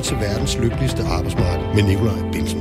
til verdens lykkeligste arbejdsmarked med Nikolaj Bensen.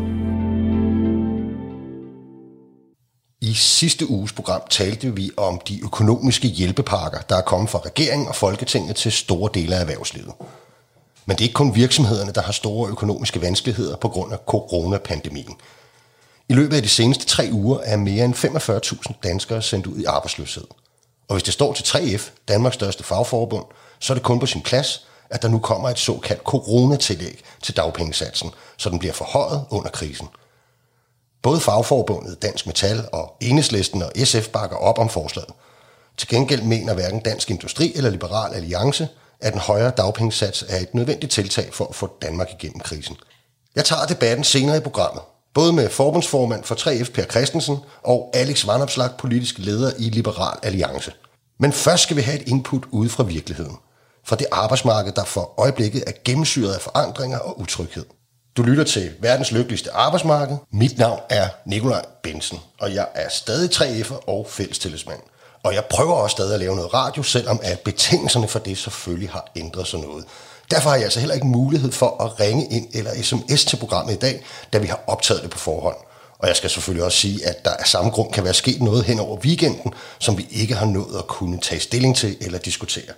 I sidste uges program talte vi om de økonomiske hjælpepakker, der er kommet fra regeringen og Folketinget til store dele af erhvervslivet. Men det er ikke kun virksomhederne, der har store økonomiske vanskeligheder på grund af coronapandemien. I løbet af de seneste 3 uger er mere end 45.000 danskere sendt ud i arbejdsløshed. Og hvis det står til 3F, Danmarks største fagforbund, så er det kun på sin plads, at der nu kommer et såkaldt coronatillæg til dagpengesatsen, så den bliver forhøjet under krisen. Både fagforbundet, Dansk Metal og Enhedslisten og SF bakker op om forslaget. Til gengæld mener hverken Dansk Industri eller Liberal Alliance, at en højere dagpengesats er et nødvendigt tiltag for at få Danmark igennem krisen. Jeg tager debatten senere i programmet, både med forbundsformand for 3F Per Christensen og Alex Vanopslagh, politisk leder i Liberal Alliance. Men først skal vi have et input ude fra virkeligheden. Fra det arbejdsmarked, der for øjeblikket er gennemsyret af forandringer og utryghed. Du lytter til verdens lykkeligste arbejdsmarked. Mit navn er Nikolaj Bensen, og jeg er stadig 3F'er og fællestillidsmand. Og jeg prøver også stadig at lave noget radio, selvom at betingelserne for det selvfølgelig har ændret sig noget. Derfor har jeg altså heller ikke mulighed for at ringe ind eller sms til programmet i dag, da vi har optaget det på forhånd. Og jeg skal selvfølgelig også sige, at der af samme grund kan være sket noget hen over weekenden, som vi ikke har nået at kunne tage stilling til eller diskutere.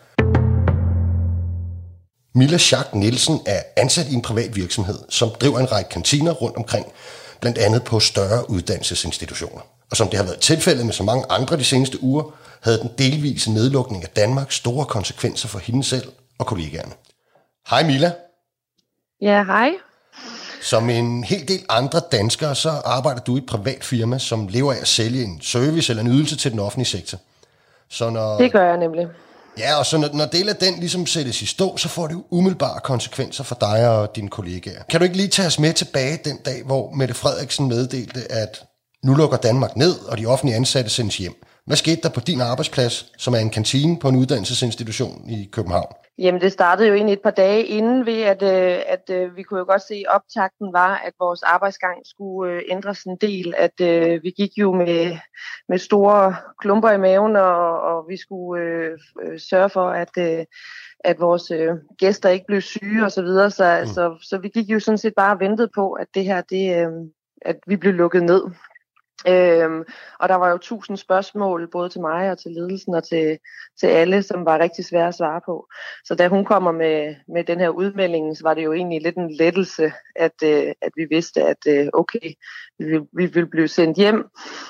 Milla Schack Nielsen er ansat i en privat virksomhed, som driver en række kantiner rundt omkring, blandt andet på større uddannelsesinstitutioner. Og som det har været tilfældet med så mange andre de seneste uger, havde den delvise nedlukning af Danmark store konsekvenser for hende selv og kollegaerne. Hej Milla. Ja, hej. Som en hel del andre danskere, så arbejder du i et privat firma, som lever af at sælge en service eller en ydelse til den offentlige sektor. Det gør jeg nemlig. Ja, og så når del af den ligesom sættes i stå, så får det jo umiddelbare konsekvenser for dig og dine kollegaer. Kan du ikke lige tage os med tilbage den dag, hvor Mette Frederiksen meddelte, at nu lukker Danmark ned, og de offentlige ansatte sendes hjem? Hvad skete der på din arbejdsplads, som er en kantine på en uddannelsesinstitution i København? Jamen, det startede jo egentlig et par dage inden ved, at vi kunne jo godt se, at optakten var, at vores arbejdsgang skulle ændres en del. At vi gik jo med store klumper i maven, og vi skulle sørge for, at vores gæster ikke blev syge og så videre. Så vi gik jo sådan set bare og ventede på, at det her, at vi blev lukket ned. Og der var jo 1000 spørgsmål både til mig og til ledelsen og til alle, som var rigtig svære at svare på. Så da hun kommer med den her udmelding, så var det jo egentlig lidt en lettelse, at vi vidste, at okay, vi ville blive sendt hjem,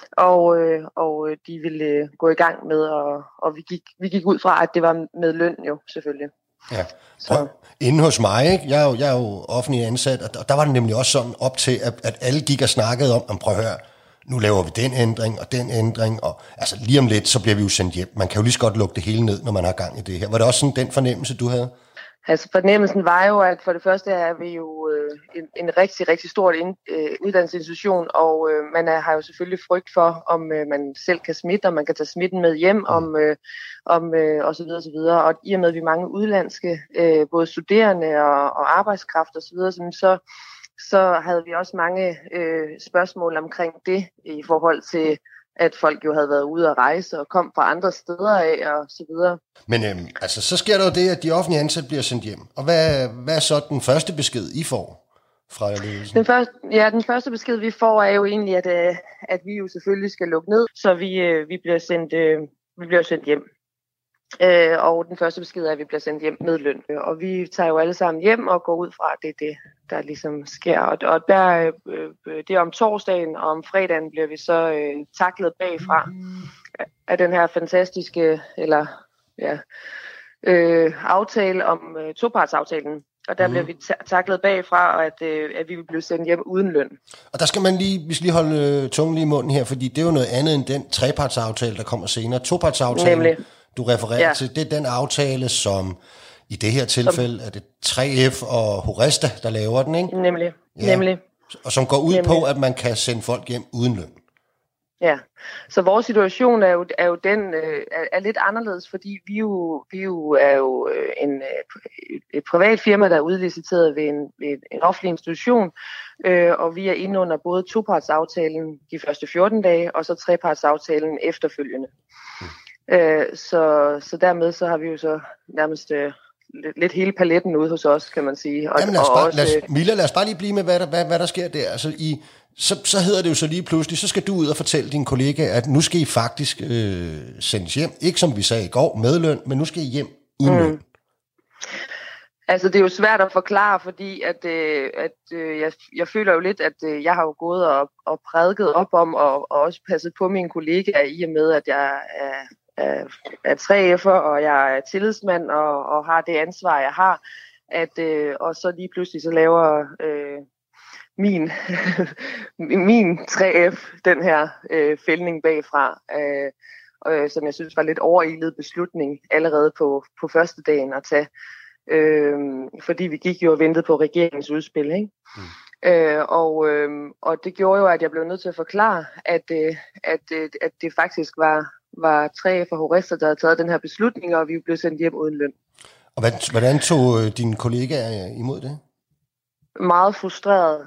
og de ville gå i gang med, og vi gik ud fra, at det var med løn jo selvfølgelig. Ja. Inde hos mig, ikke? Jeg er jo offentlig ansat, og der var det nemlig også sådan op til, at alle gik og snakkede om, prøv at høre, nu laver vi den ændring, og altså lige om lidt, så bliver vi jo sendt hjem. Man kan jo lige så godt lukke det hele ned, når man har gang i det her. Var det også sådan den fornemmelse, du havde? Altså fornemmelsen var jo, at for det første er vi jo en rigtig, rigtig stor uddannelsesinstitution, og man har jo selvfølgelig frygt for, om man selv kan smitte, og man kan tage smitten med hjem, og så videre, så videre. Og i og med, at vi er mange udlandske, både studerende og arbejdskraft og så videre, så havde vi også mange spørgsmål omkring det i forhold til, at folk jo havde været ude at rejse og kom fra andre steder af og så videre. Men altså, så sker der jo det, at de offentlige ansatte bliver sendt hjem. Og hvad er så den første besked, I får fra ledelsen? Den første besked, vi får, er jo egentlig, at vi jo selvfølgelig skal lukke ned, så vi bliver sendt hjem. Og den første besked er, at vi bliver sendt hjem med løn. Og vi tager jo alle sammen hjem og går ud fra, at det er det, der ligesom sker. Og der, det er om torsdagen, og om fredagen bliver vi så taklet bagfra af den her fantastiske aftale om topartsaftalen. Og der bliver vi taklet bagfra, at vi vil blive sendt hjem uden løn. Og der skal man vi skal lige holde tungen lige i munden her, fordi det er jo noget andet end den trepartsaftale, der kommer senere. Topartsaftalen, du refererer til, det er den aftale, som i det her tilfælde er det 3F og Horesta, der laver den, ikke? Nemlig. Og som går ud på, at man kan sende folk hjem uden løn. Ja, så vores situation er jo den er lidt anderledes, fordi vi jo er jo et privat firma, der er udliciteret ved en offentlig institution, og vi er inde under både topartsaftalen de første 14 dage, og så trepartsaftalen efterfølgende. Så dermed så har vi jo så nærmest lidt hele paletten ude hos os, kan man sige. Jamen lad os bare lige blive med, hvad der sker der. Altså, så hedder det jo så lige pludselig, så skal du ud og fortælle dine kollegaer, at nu skal I faktisk sendes hjem. Ikke som vi sagde i går, med løn, men nu skal I hjem uden løn. Altså, det er jo svært at forklare, fordi jeg føler jo lidt, at jeg har jo gået og prædiket op om, og også passet på mine kollegaer, i og med, at jeg er 3F'er, og jeg er tillidsmand, og har det ansvar, jeg har. Og så lige pludselig så laver min 3F den her fældning bagfra, som jeg synes var lidt overilet beslutning allerede på første dagen at tage. Fordi vi gik jo og ventede på regeringens udspil, ikke? Og det gjorde jo, at jeg blev nødt til at forklare, at det faktisk var 3F og Horester, der havde taget den her beslutning, og vi blev sendt hjem uden løn. Og hvordan tog dine kollegaer imod det? Meget frustreret,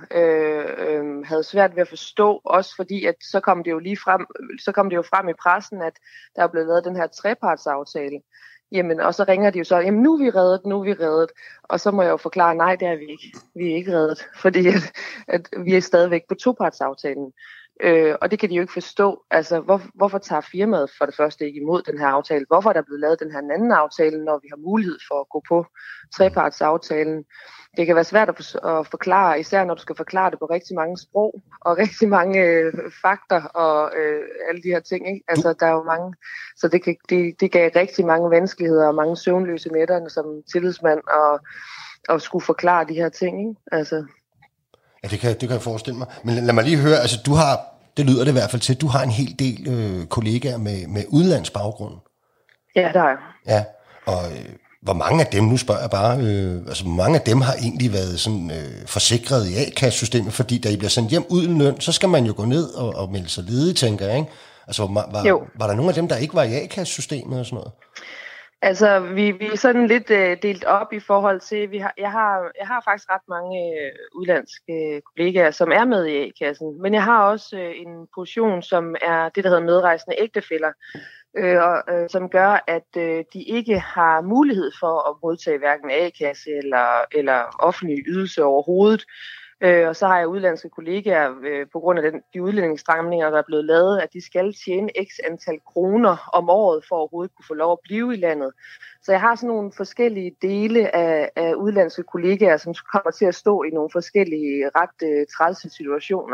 havde svært ved at forstå, også fordi at så kom det jo frem i pressen, at der er blevet lavet den her trepartsaftale. Jamen, og så ringer de jo så, jamen nu er vi reddet, og så må jeg jo forklare, nej, det er vi ikke. Vi er ikke reddet, fordi at vi er stadigvæk på topartsaftalen. Og det kan de jo ikke forstå. Altså, hvorfor tager firmaet for det første ikke imod den her aftale? Hvorfor er der blevet lavet den her anden aftale, når vi har mulighed for at gå på trepartsaftalen? Det kan være svært at forklare, især når du skal forklare det på rigtig mange sprog, og rigtig mange fakter, og alle de her ting, ikke? Altså, der er jo mange, så det gav rigtig mange vanskeligheder, og mange søvnløse nætter som tillidsmand, og skulle forklare de her ting, ikke? Altså. Ja, det kan jeg forestille mig. Men lad mig lige høre, altså det lyder det i hvert fald til, du har en hel del kollegaer med udenlandsk baggrund. Ja, der er. Ja, og hvor mange af dem, nu spørger jeg bare, hvor mange af dem har egentlig været sådan forsikret i A-kassesystemet, fordi da I bliver sendt hjem uden løn, så skal man jo gå ned og melde sig ledig, tænker jeg, ikke? Altså, var der nogle af dem, der ikke var i A-kassesystemet og sådan noget? Altså, vi er sådan lidt delt op i forhold til, jeg har faktisk ret mange udlandske kollegaer, som er med i A-kassen, men jeg har også en position, som er det, der hedder medrejsende ægtefæller, som gør, at de ikke har mulighed for at modtage hverken A-kasse eller offentlige ydelser overhovedet. Og så har jeg udlandske kollegaer på grund af de udlændingsstramninger, der er blevet lavet, at de skal tjene x antal kroner om året for at overhovedet kunne få lov at blive i landet. Så jeg har sådan nogle forskellige dele af udlandske kollegaer, som kommer til at stå i nogle forskellige ret trælse situationer.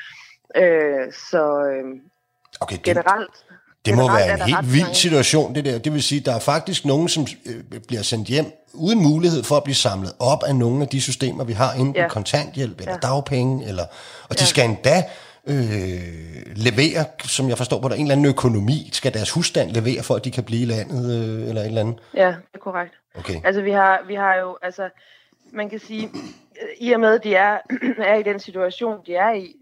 Okay, generelt... Det må være en helt vild situation, det der. Det vil sige, at der er faktisk nogen, som bliver sendt hjem uden mulighed for at blive samlet op af nogle af de systemer, vi har, enten kontanthjælp eller dagpenge, og de skal endda levere, som jeg forstår på der, en eller anden økonomi, skal deres husstand levere, for at de kan blive i landet, eller et eller andet? Ja, det er korrekt. Okay. Altså, vi har jo, altså, man kan sige, i og med, at de er i den situation, de er i,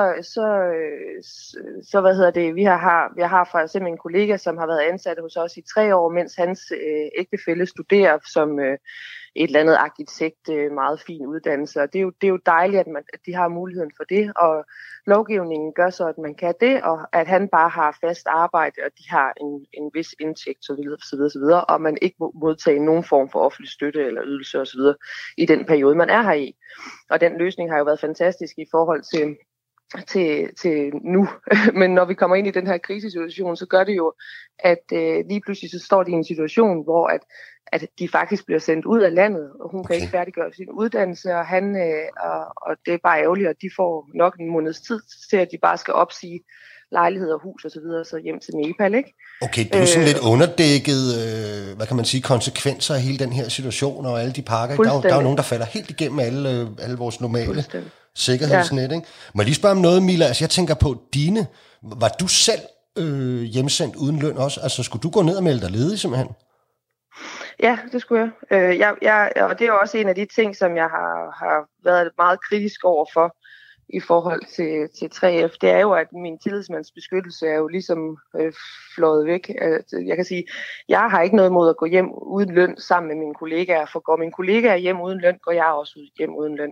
så hvad hedder det, jeg har for eksempel en kollega, som har været ansat hos os i 3 år, mens hans ægtefælle studerer som et eller andet arkitekt, meget fin uddannelse, og det er jo dejligt, at de har muligheden for det, og lovgivningen gør så, at man kan det, og at han bare har fast arbejde, og de har en vis indtægt, så videre, og man ikke må modtage nogen form for offentlig støtte eller ydelse og så videre i den periode, man er her i. Og den løsning har jo været fantastisk i forhold til nu. Men når vi kommer ind i den her krisesituation, så gør det jo, at lige pludselig så står de i en situation, hvor at de faktisk bliver sendt ud af landet, og hun kan ikke færdiggøre sin uddannelse, og og det er bare ærgerligt, at de får nok en måneds tid til, at de bare skal opsige lejlighed og hus og så videre, så hjem til Nepal, ikke? Okay, det er jo sådan lidt underdækket, hvad kan man sige, konsekvenser af hele den her situation, og alle de pakker. Der er jo nogen, der falder helt igennem alle vores normale sikkerhedsnet, ikke? Må jeg lige spørge om noget, Mila? Altså, jeg tænker på var du selv hjemsendt uden løn også? Altså, skulle du gå ned og melde dig ledig, simpelthen? Ja, det skulle jeg. Og det er jo også en af de ting, som jeg har været meget kritisk over for i forhold til 3F. Det er jo, at min tillidsmandsbeskyttelse er jo ligesom fløjet væk. Jeg kan sige, jeg har ikke noget imod at gå hjem uden løn sammen med mine kollegaer, for går mine kollegaer hjem uden løn, går jeg også hjem uden løn.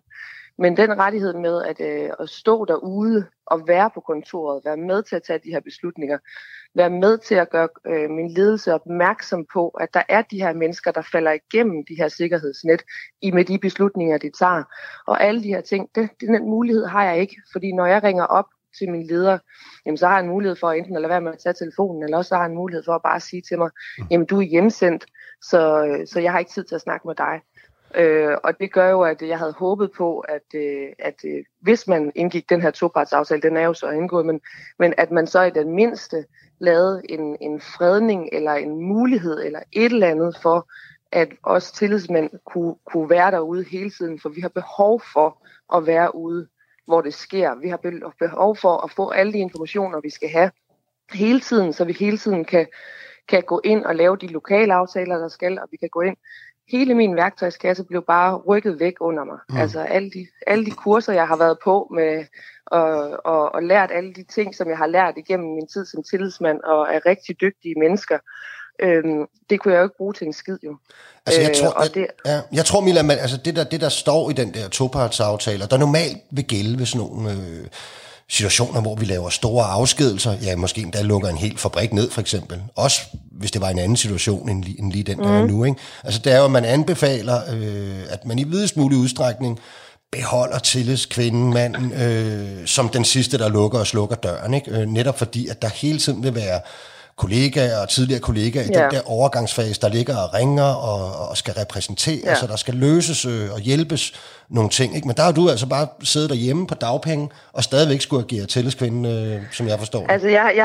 Men den rettighed med at stå derude og være på kontoret, være med til at tage de her beslutninger, være med til at gøre min ledelse opmærksom på, at der er de her mennesker, der falder igennem de her sikkerhedsnet med de beslutninger, de tager. Og alle de her ting, den mulighed har jeg ikke, fordi når jeg ringer op til min leder, jamen, så har jeg en mulighed for enten at lade være med at tage telefonen, eller også har jeg en mulighed for at bare sige til mig, jamen du er hjemsendt, så jeg har ikke tid til at snakke med dig. Og det gør jo, at jeg havde håbet på, at hvis man indgik den her topartsaftale, den er jo så indgået, men at man så i den mindste lavede en fredning eller en mulighed eller et eller andet for, at os tillidsmænd kunne være derude hele tiden, for vi har behov for at være ude, hvor det sker. Vi har behov for at få alle de informationer, vi skal have hele tiden, så vi hele tiden kan gå ind og lave de lokale aftaler, der skal, og vi kan gå ind. Hele min værktøjskasse blev bare rykket væk under mig. Altså alle de kurser, jeg har været på med og lært alle de ting, som jeg har lært igennem min tid som tillidsmand og af rigtig dygtige mennesker, det kunne jeg jo ikke bruge til en skid jo. Altså jeg tror Mila, altså det der står i den der topartsaftale, der normalt vil gælde ved sådan nogle situationer, hvor vi laver store afskedelser, ja, måske endda lukker en hel fabrik ned, for eksempel. Også hvis det var en anden situation, end lige den, der er nu, ikke? Altså, det er jo, at man anbefaler, at man i videst mulig udstrækning beholder tillidskvinden, manden, som den sidste, der lukker og slukker døren, ikke? Netop fordi, at der hele tiden vil være kollegaer og tidligere kollegaer i den der overgangsfase, der ligger og ringer og skal repræsentere, så der skal løses og hjælpes nogle ting, ikke? Men der har du altså bare siddet derhjemme på dagpenge og stadigvæk skulle agere tillidskvinde, som jeg forstår. Altså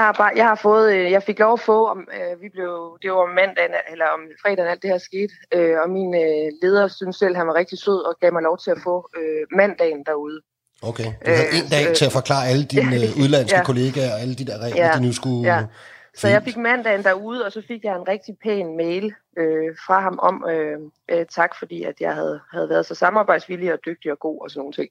jeg fik lov at få, det var om mandagen eller om fredagen, alt det her skete, og min leder synes selv, han var rigtig sød og gav mig lov til at få mandagen derude. Okay, du havde en dag til at forklare alle dine udlandske kollegaer og alle de der regler, de nu skulle... Ja. Så jeg fik mandagen derude, og så fik jeg en rigtig pæn mail fra ham om tak, fordi at jeg havde været så samarbejdsvillig og dygtig og god og sådan nogle ting.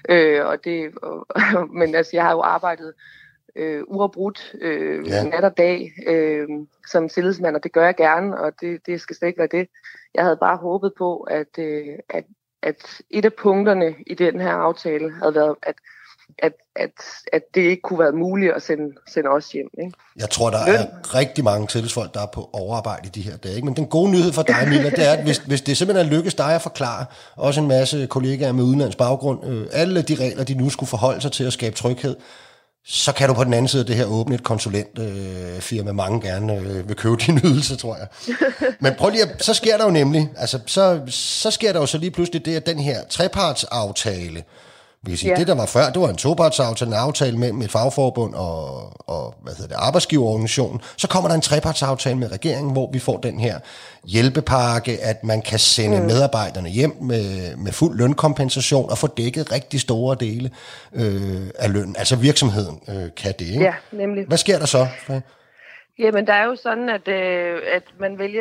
Men altså, jeg har jo arbejdet uafbrudt nat og dag som tillidsmand, og det gør jeg gerne, og det skal slet ikke være det. Jeg havde bare håbet på, at et af punkterne i den her aftale havde været, at det ikke kunne være muligt at sende os hjem. Ikke? Jeg tror, der er rigtig mange tillidsfolk, der er på overarbejde i de her dage. Ikke? Men den gode nyhed for dig, Mila, det er, at hvis det simpelthen er lykkes dig at forklare, også en masse kollegaer med udenlandsk baggrund, alle de regler, de nu skulle forholde sig til at skabe tryghed, så kan du på den anden side af det her åbne et konsulentfirma, mange gerne vil købe din ydelse, tror jeg. Men prøv lige så sker der jo nemlig, altså så sker der jo så lige pludselig det, at den her trepartsaftale, vi kan sige, det der var før, det var en topartsaftale, en aftale mellem et fagforbund og arbejdsgiverorganisationen. Så kommer der en trepartsaftale med regeringen, hvor vi får den her hjælpepakke, at man kan sende medarbejderne hjem med fuld lønkompensation og få dækket rigtig store dele af lønnen. Altså virksomheden kan det, ikke? Ja, nemlig. Hvad sker der så? Jamen, der er jo sådan, at man vælger,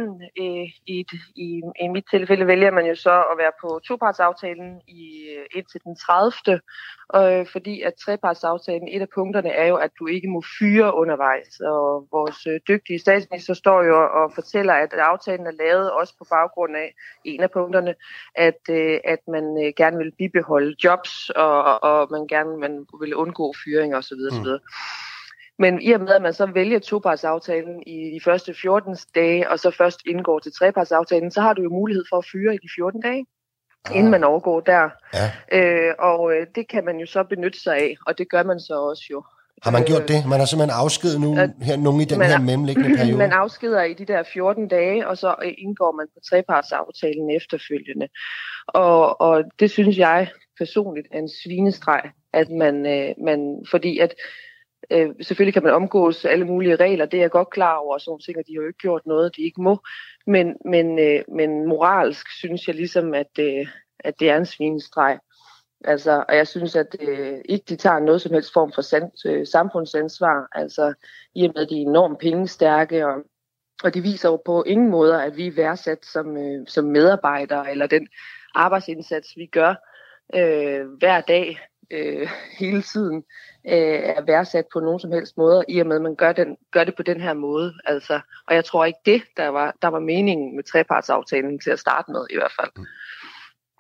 i mit tilfælde vælger man jo så at være på topartsaftalen indtil den 30. Fordi at trepartsaftalen, et af punkterne er jo, at du ikke må fyre undervejs. Og vores dygtige statsminister står jo og fortæller, at aftalen er lavet også på baggrund af en af punkterne, at man gerne vil bibeholde jobs, og man vil undgå fyringer osv. osv. Men i og med, at man så vælger topartsaftalen i de første 14 dage, og så først indgår til trepartsaftalen, så har du jo mulighed for at fyre i de 14 dage, inden man overgår der. Ja. Og det kan man jo så benytte sig af, og det gør man så også jo. Har man gjort det? Man har simpelthen afskedet nogen i den her mellemliggende periode? Man afskeder i de der 14 dage, og så indgår man på trepartsaftalen efterfølgende. Og det synes jeg personligt er en svinestreg, at man fordi at selvfølgelig kan man omgås alle mulige regler, det er jeg godt klar over, og sådan ting, at de har jo ikke gjort noget, de ikke må. Men moralsk synes jeg ligesom, at det er en svinestreg. Altså, og jeg synes, at ikke de tager noget som helst form for samfundsansvar, altså i og med, at de er enormt pengestærke, og det viser jo på ingen måder, at vi er værdsat som medarbejdere, eller den arbejdsindsats, vi gør hver dag, hele tiden, er værdsat på nogen som helst måde, i og med, at man gør det på den her måde. Altså, og jeg tror ikke det, der var meningen med trepartsaftalen til at starte med, i hvert fald.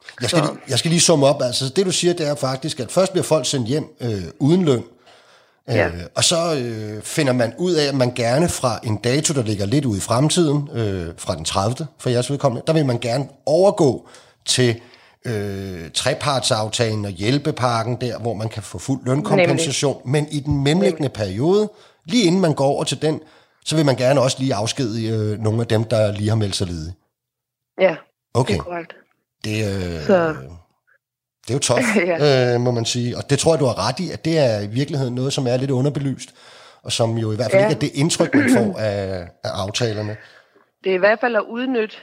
Jeg skal lige summe op. Altså, det du siger, det er faktisk, at først bliver folk sendt hjem uden løn. Ja. Og så finder man ud af, at man gerne fra en dato, der ligger lidt ude i fremtiden, fra den 30. for jeres vedkommende, der vil man gerne overgå til trepartsaftalen og hjælpepakken der, hvor man kan få fuld lønkompensation. Nemlig. Men i den mellemliggende periode, lige inden man går over til den, så vil man gerne også lige afskedige nogle af dem, der lige har meldt sig ledige. Ja, okay. Det er korrekt. Det er jo tough, må man sige. Og det tror jeg, du har ret i, at det er i virkeligheden noget, som er lidt underbelyst, og som jo i hvert fald ikke er det indtryk, man får af aftalerne. Det er i hvert fald at udnytte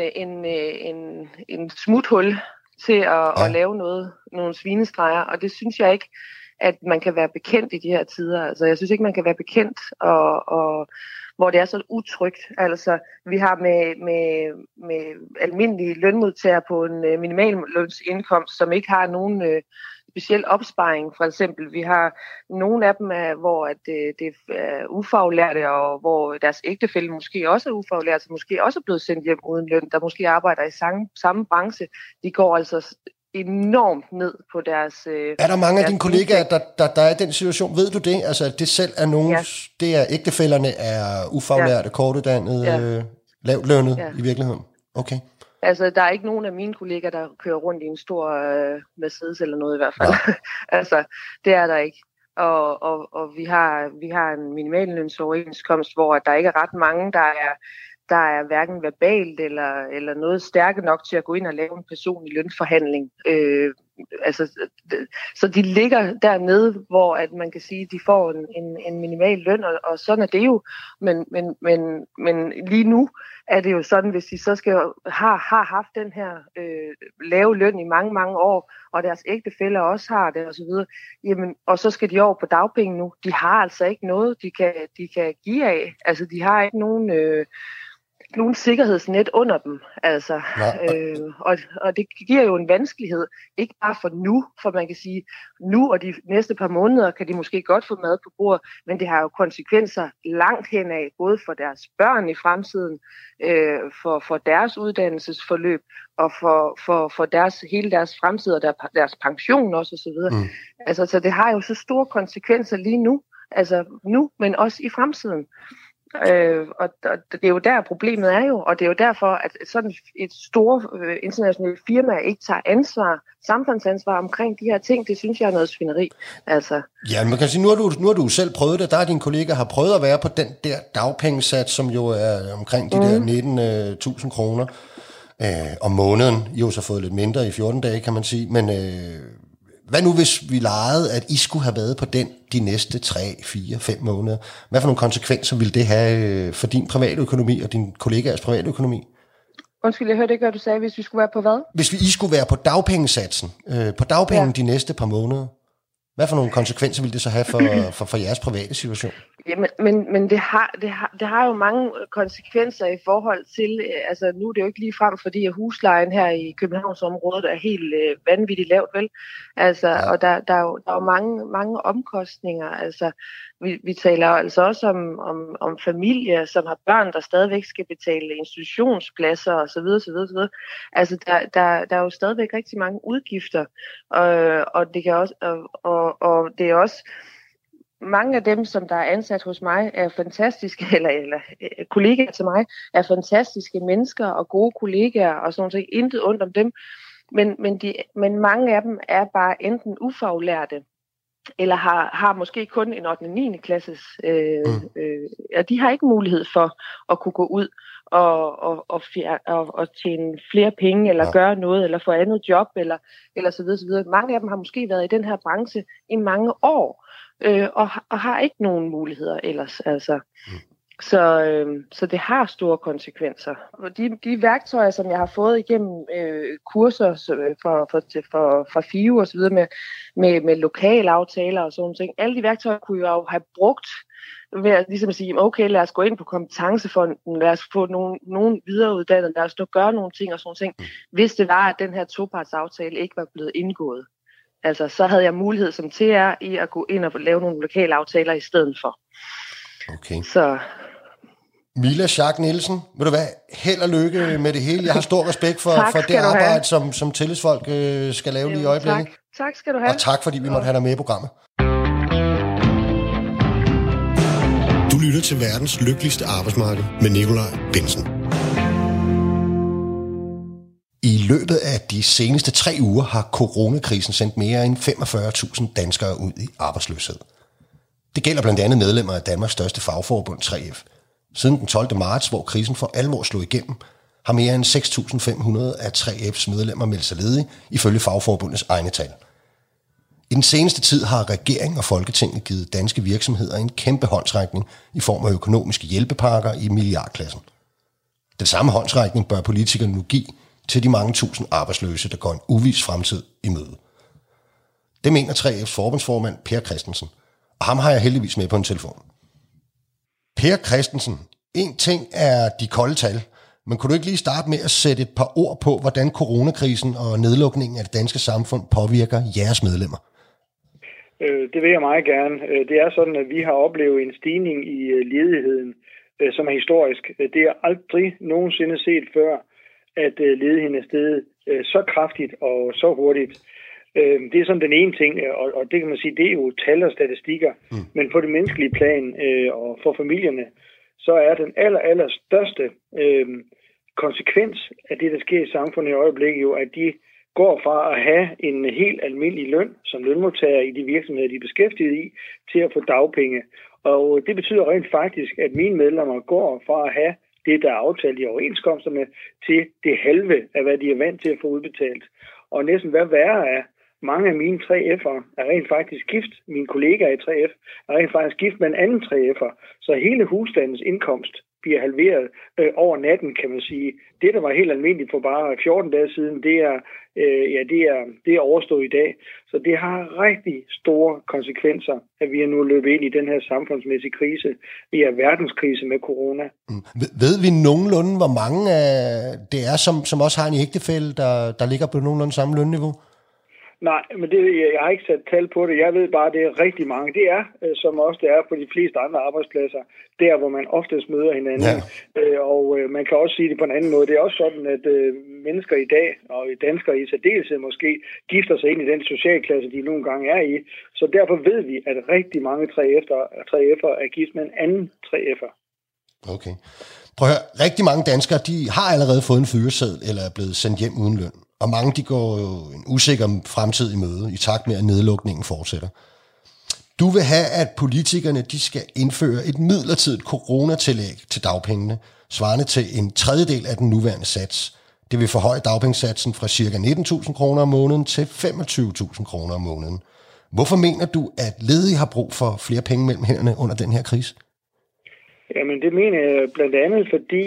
en smuthul til at lave nogle svinestreger, og det synes jeg ikke, at man kan være bekendt i de her tider. Altså, jeg synes ikke, man kan være bekendt, og hvor det er så utrygt. Altså, vi har med almindelige lønmodtagere på en minimallønsindkomst, som ikke har nogen speciel opsparing. For eksempel, vi har nogle af dem, hvor det er ufaglærte, og hvor deres ægtefælle måske også er ufaglært, så måske også er blevet sendt hjem uden løn, der måske arbejder i samme branche. De går altså enormt ned på deres... Er der mange af dine kollegaer, der er i den situation? Ved du det? Altså, at det selv er nogen... Ja. Det er ægtefællerne er ufaglærte, kortuddannede, lavtlønnet i virkeligheden? Okay. Altså, der er ikke nogen af mine kollegaer, der kører rundt i en stor Mercedes eller noget i hvert fald. Altså, det er der ikke. Og vi har en minimallønsoverenskomst, hvor der ikke er ret mange, der er hverken verbalt eller noget stærke nok til at gå ind og lave en personlig lønforhandling. Så de ligger dernede, hvor at man kan sige, at de får en minimal løn, og sådan er det jo. Men lige nu er det jo sådan, hvis de så har haft den her lave løn i mange, mange år, og deres ægtefæller også har det osv., jamen, og så skal de over på dagpenge nu. De har altså ikke noget, de kan give af. Altså, de har ikke nogen sikkerhedsnet under dem, altså. Og det giver jo en vanskelighed, ikke bare for nu, for man kan sige, nu og de næste par måneder kan de måske godt få mad på bordet, men det har jo konsekvenser langt henad, både for deres børn i fremtiden, for deres uddannelsesforløb, og for hele deres fremtid og deres pension også, og så videre. Altså, så det har jo så store konsekvenser lige nu, altså nu, men også i fremtiden. Og det er jo der problemet er jo, og det er jo derfor, at sådan et stort internationalt firma ikke tager samfundsansvar omkring de her ting. Det synes jeg er noget svineri. Altså. Ja, man kan sige, nu har du selv prøvet det, der er dine kollegaer har prøvet at være på den der dagpengesats, som jo er omkring de der 19.000 kroner om måneden. I har så fået lidt mindre i 14 dage, kan man sige, men... Hvad nu, hvis vi legede, at I skulle have været på den de næste 3, 4, 5 måneder? Hvad for nogle konsekvenser ville det have for din private økonomi og din kollegaers private økonomi? Undskyld, jeg hørte ikke, hvad du sagde, hvis vi skulle være på hvad? Hvis I skulle være på dagpengesatsen, på dagpengen de næste par måneder, hvad for nogle konsekvenser ville det så have for jeres private situation? Jamen, men det har jo mange konsekvenser i forhold til, altså nu er det jo ikke lige frem, fordi huslejen her i Københavnsområdet er helt vanvittigt lavt, vel? Altså, og der er jo mange omkostninger, altså vi taler altså også om familier, som har børn, der stadigvæk skal betale institutionspladser og så videre, så videre, så videre. Altså, der er jo stadigvæk rigtig mange udgifter, og det kan også, og det er også mange af dem, som der er ansat hos mig, er fantastiske, eller kollegaer til mig, er fantastiske mennesker og gode kollegaer og sådan noget, intet ondt om dem, men mange af dem er bare enten ufaglærte, eller har måske kun en 8. og 9. klasses, og de har ikke mulighed for at kunne gå ud og tjene flere penge, eller gøre noget, eller få andet job, eller så videre, så videre. Mange af dem har måske været i den her branche i mange år, og har ikke nogen muligheder ellers, altså. Så det har store konsekvenser. De værktøjer, som jeg har fået igennem kurser fra FIU og så videre med lokale aftaler og sådan ting, alle de værktøjer kunne jeg jo have brugt ved at ligesom sige, okay, lad os gå ind på kompetencefonden, lad os få nogen videreuddannet, lad os nu gøre nogle ting og sådan ting, hvis det var, at den her topartsaftale ikke var blevet indgået. Altså, så havde jeg mulighed som TR i at gå ind og lave nogle lokale aftaler i stedet for. Okay. Så... Mila Schack Nielsen, vil du hvad, held og lykke med det hele. Jeg har stor respekt for det arbejde, som tillidsfolk skal lave lige i øjeblikket. Tak skal du have. Og tak, fordi vi måtte have dig med i programmet. Du lytter til verdens lykkeligste arbejdsmarked med Nikolaj Bensen. I løbet af de seneste 3 uger har coronakrisen sendt mere end 45.000 danskere ud i arbejdsløshed. Det gælder blandt andet medlemmer af Danmarks største fagforbund 3F. Siden den 12. marts, hvor krisen for alvor slog igennem, har mere end 6.500 af 3F's medlemmer meldt sig ledige, ifølge fagforbundets egne tal. I den seneste tid har regeringen og Folketinget givet danske virksomheder en kæmpe håndsrækning i form af økonomiske hjælpepakker i milliardklassen. Den samme håndsrækning bør politikerne nu give til de mange tusind arbejdsløse, der går en uvis fremtid i møde. Det mener 3F's forbundsformand Per Christensen, og ham har jeg heldigvis med på en telefon. Per Christensen, en ting er de kolde tal, men kunne du ikke lige starte med at sætte et par ord på, hvordan coronakrisen og nedlukningen af det danske samfund påvirker jeres medlemmer? Det vil jeg meget gerne. Det er sådan, at vi har oplevet en stigning i ledigheden, som er historisk. Det er aldrig nogensinde set før, at ledigheden er steget så kraftigt og så hurtigt. Det er sådan den ene ting, og det kan man sige, det er jo tal og statistikker. Men på det menneskelige plan og for familierne, så er den aller største konsekvens af det, der sker i samfundet i øjeblikket jo, at de går fra at have en helt almindelig løn som lønmodtager i de virksomheder, de er beskæftiget i, til at få dagpenge. Og det betyder rent faktisk, at mine medlemmer går fra at have det, der er aftalt i overenskomsterne, til det halve af, hvad de er vant til at få udbetalt. Og næsten hvad værre er, mange af mine 3F'ere er rent faktisk gift. Mine kollegaer i 3F er rent faktisk gift med en anden 3F'er. Så hele husstandens indkomst bliver halveret over natten, kan man sige. Det, der var helt almindeligt for bare 14 dage siden, det er overstået i dag. Så det har rigtig store konsekvenser, at vi er nu løbet ind i den her samfundsmæssige krise. Vi er verdenskrise med corona. Ved vi nogenlunde, hvor mange det er, som også har en ægtefælle, der ligger på nogenlunde samme lønniveau? Nej, men jeg har ikke sat tal på det. Jeg ved bare, at det er rigtig mange. Det er, som også det er på de fleste andre arbejdspladser, der hvor man oftest møder hinanden. Ja. Og man kan også sige det på en anden måde. Det er også sådan, at mennesker i dag, og danskere i særdeleshed måske, gifter sig ind i den socialklasse, de nogle gange er i. Så derfor ved vi, at rigtig mange 3F'er er gift med en anden 3F'er. Okay. Prøv at høre. Rigtig mange danskere, de har allerede fået en fyreseddel eller er blevet sendt hjem uden løn. Og mange de går jo en usikker fremtid i møde, i takt med, at nedlukningen fortsætter. Du vil have, at politikerne de skal indføre et midlertidigt coronatillæg til dagpengene, svarende til en tredjedel af den nuværende sats. Det vil forhøje dagpengesatsen fra ca. 19.000 kroner om måneden til 25.000 kroner om måneden. Hvorfor mener du, at ledige har brug for flere penge mellem hænderne under den her krise? Jamen det mener jeg blandt andet, fordi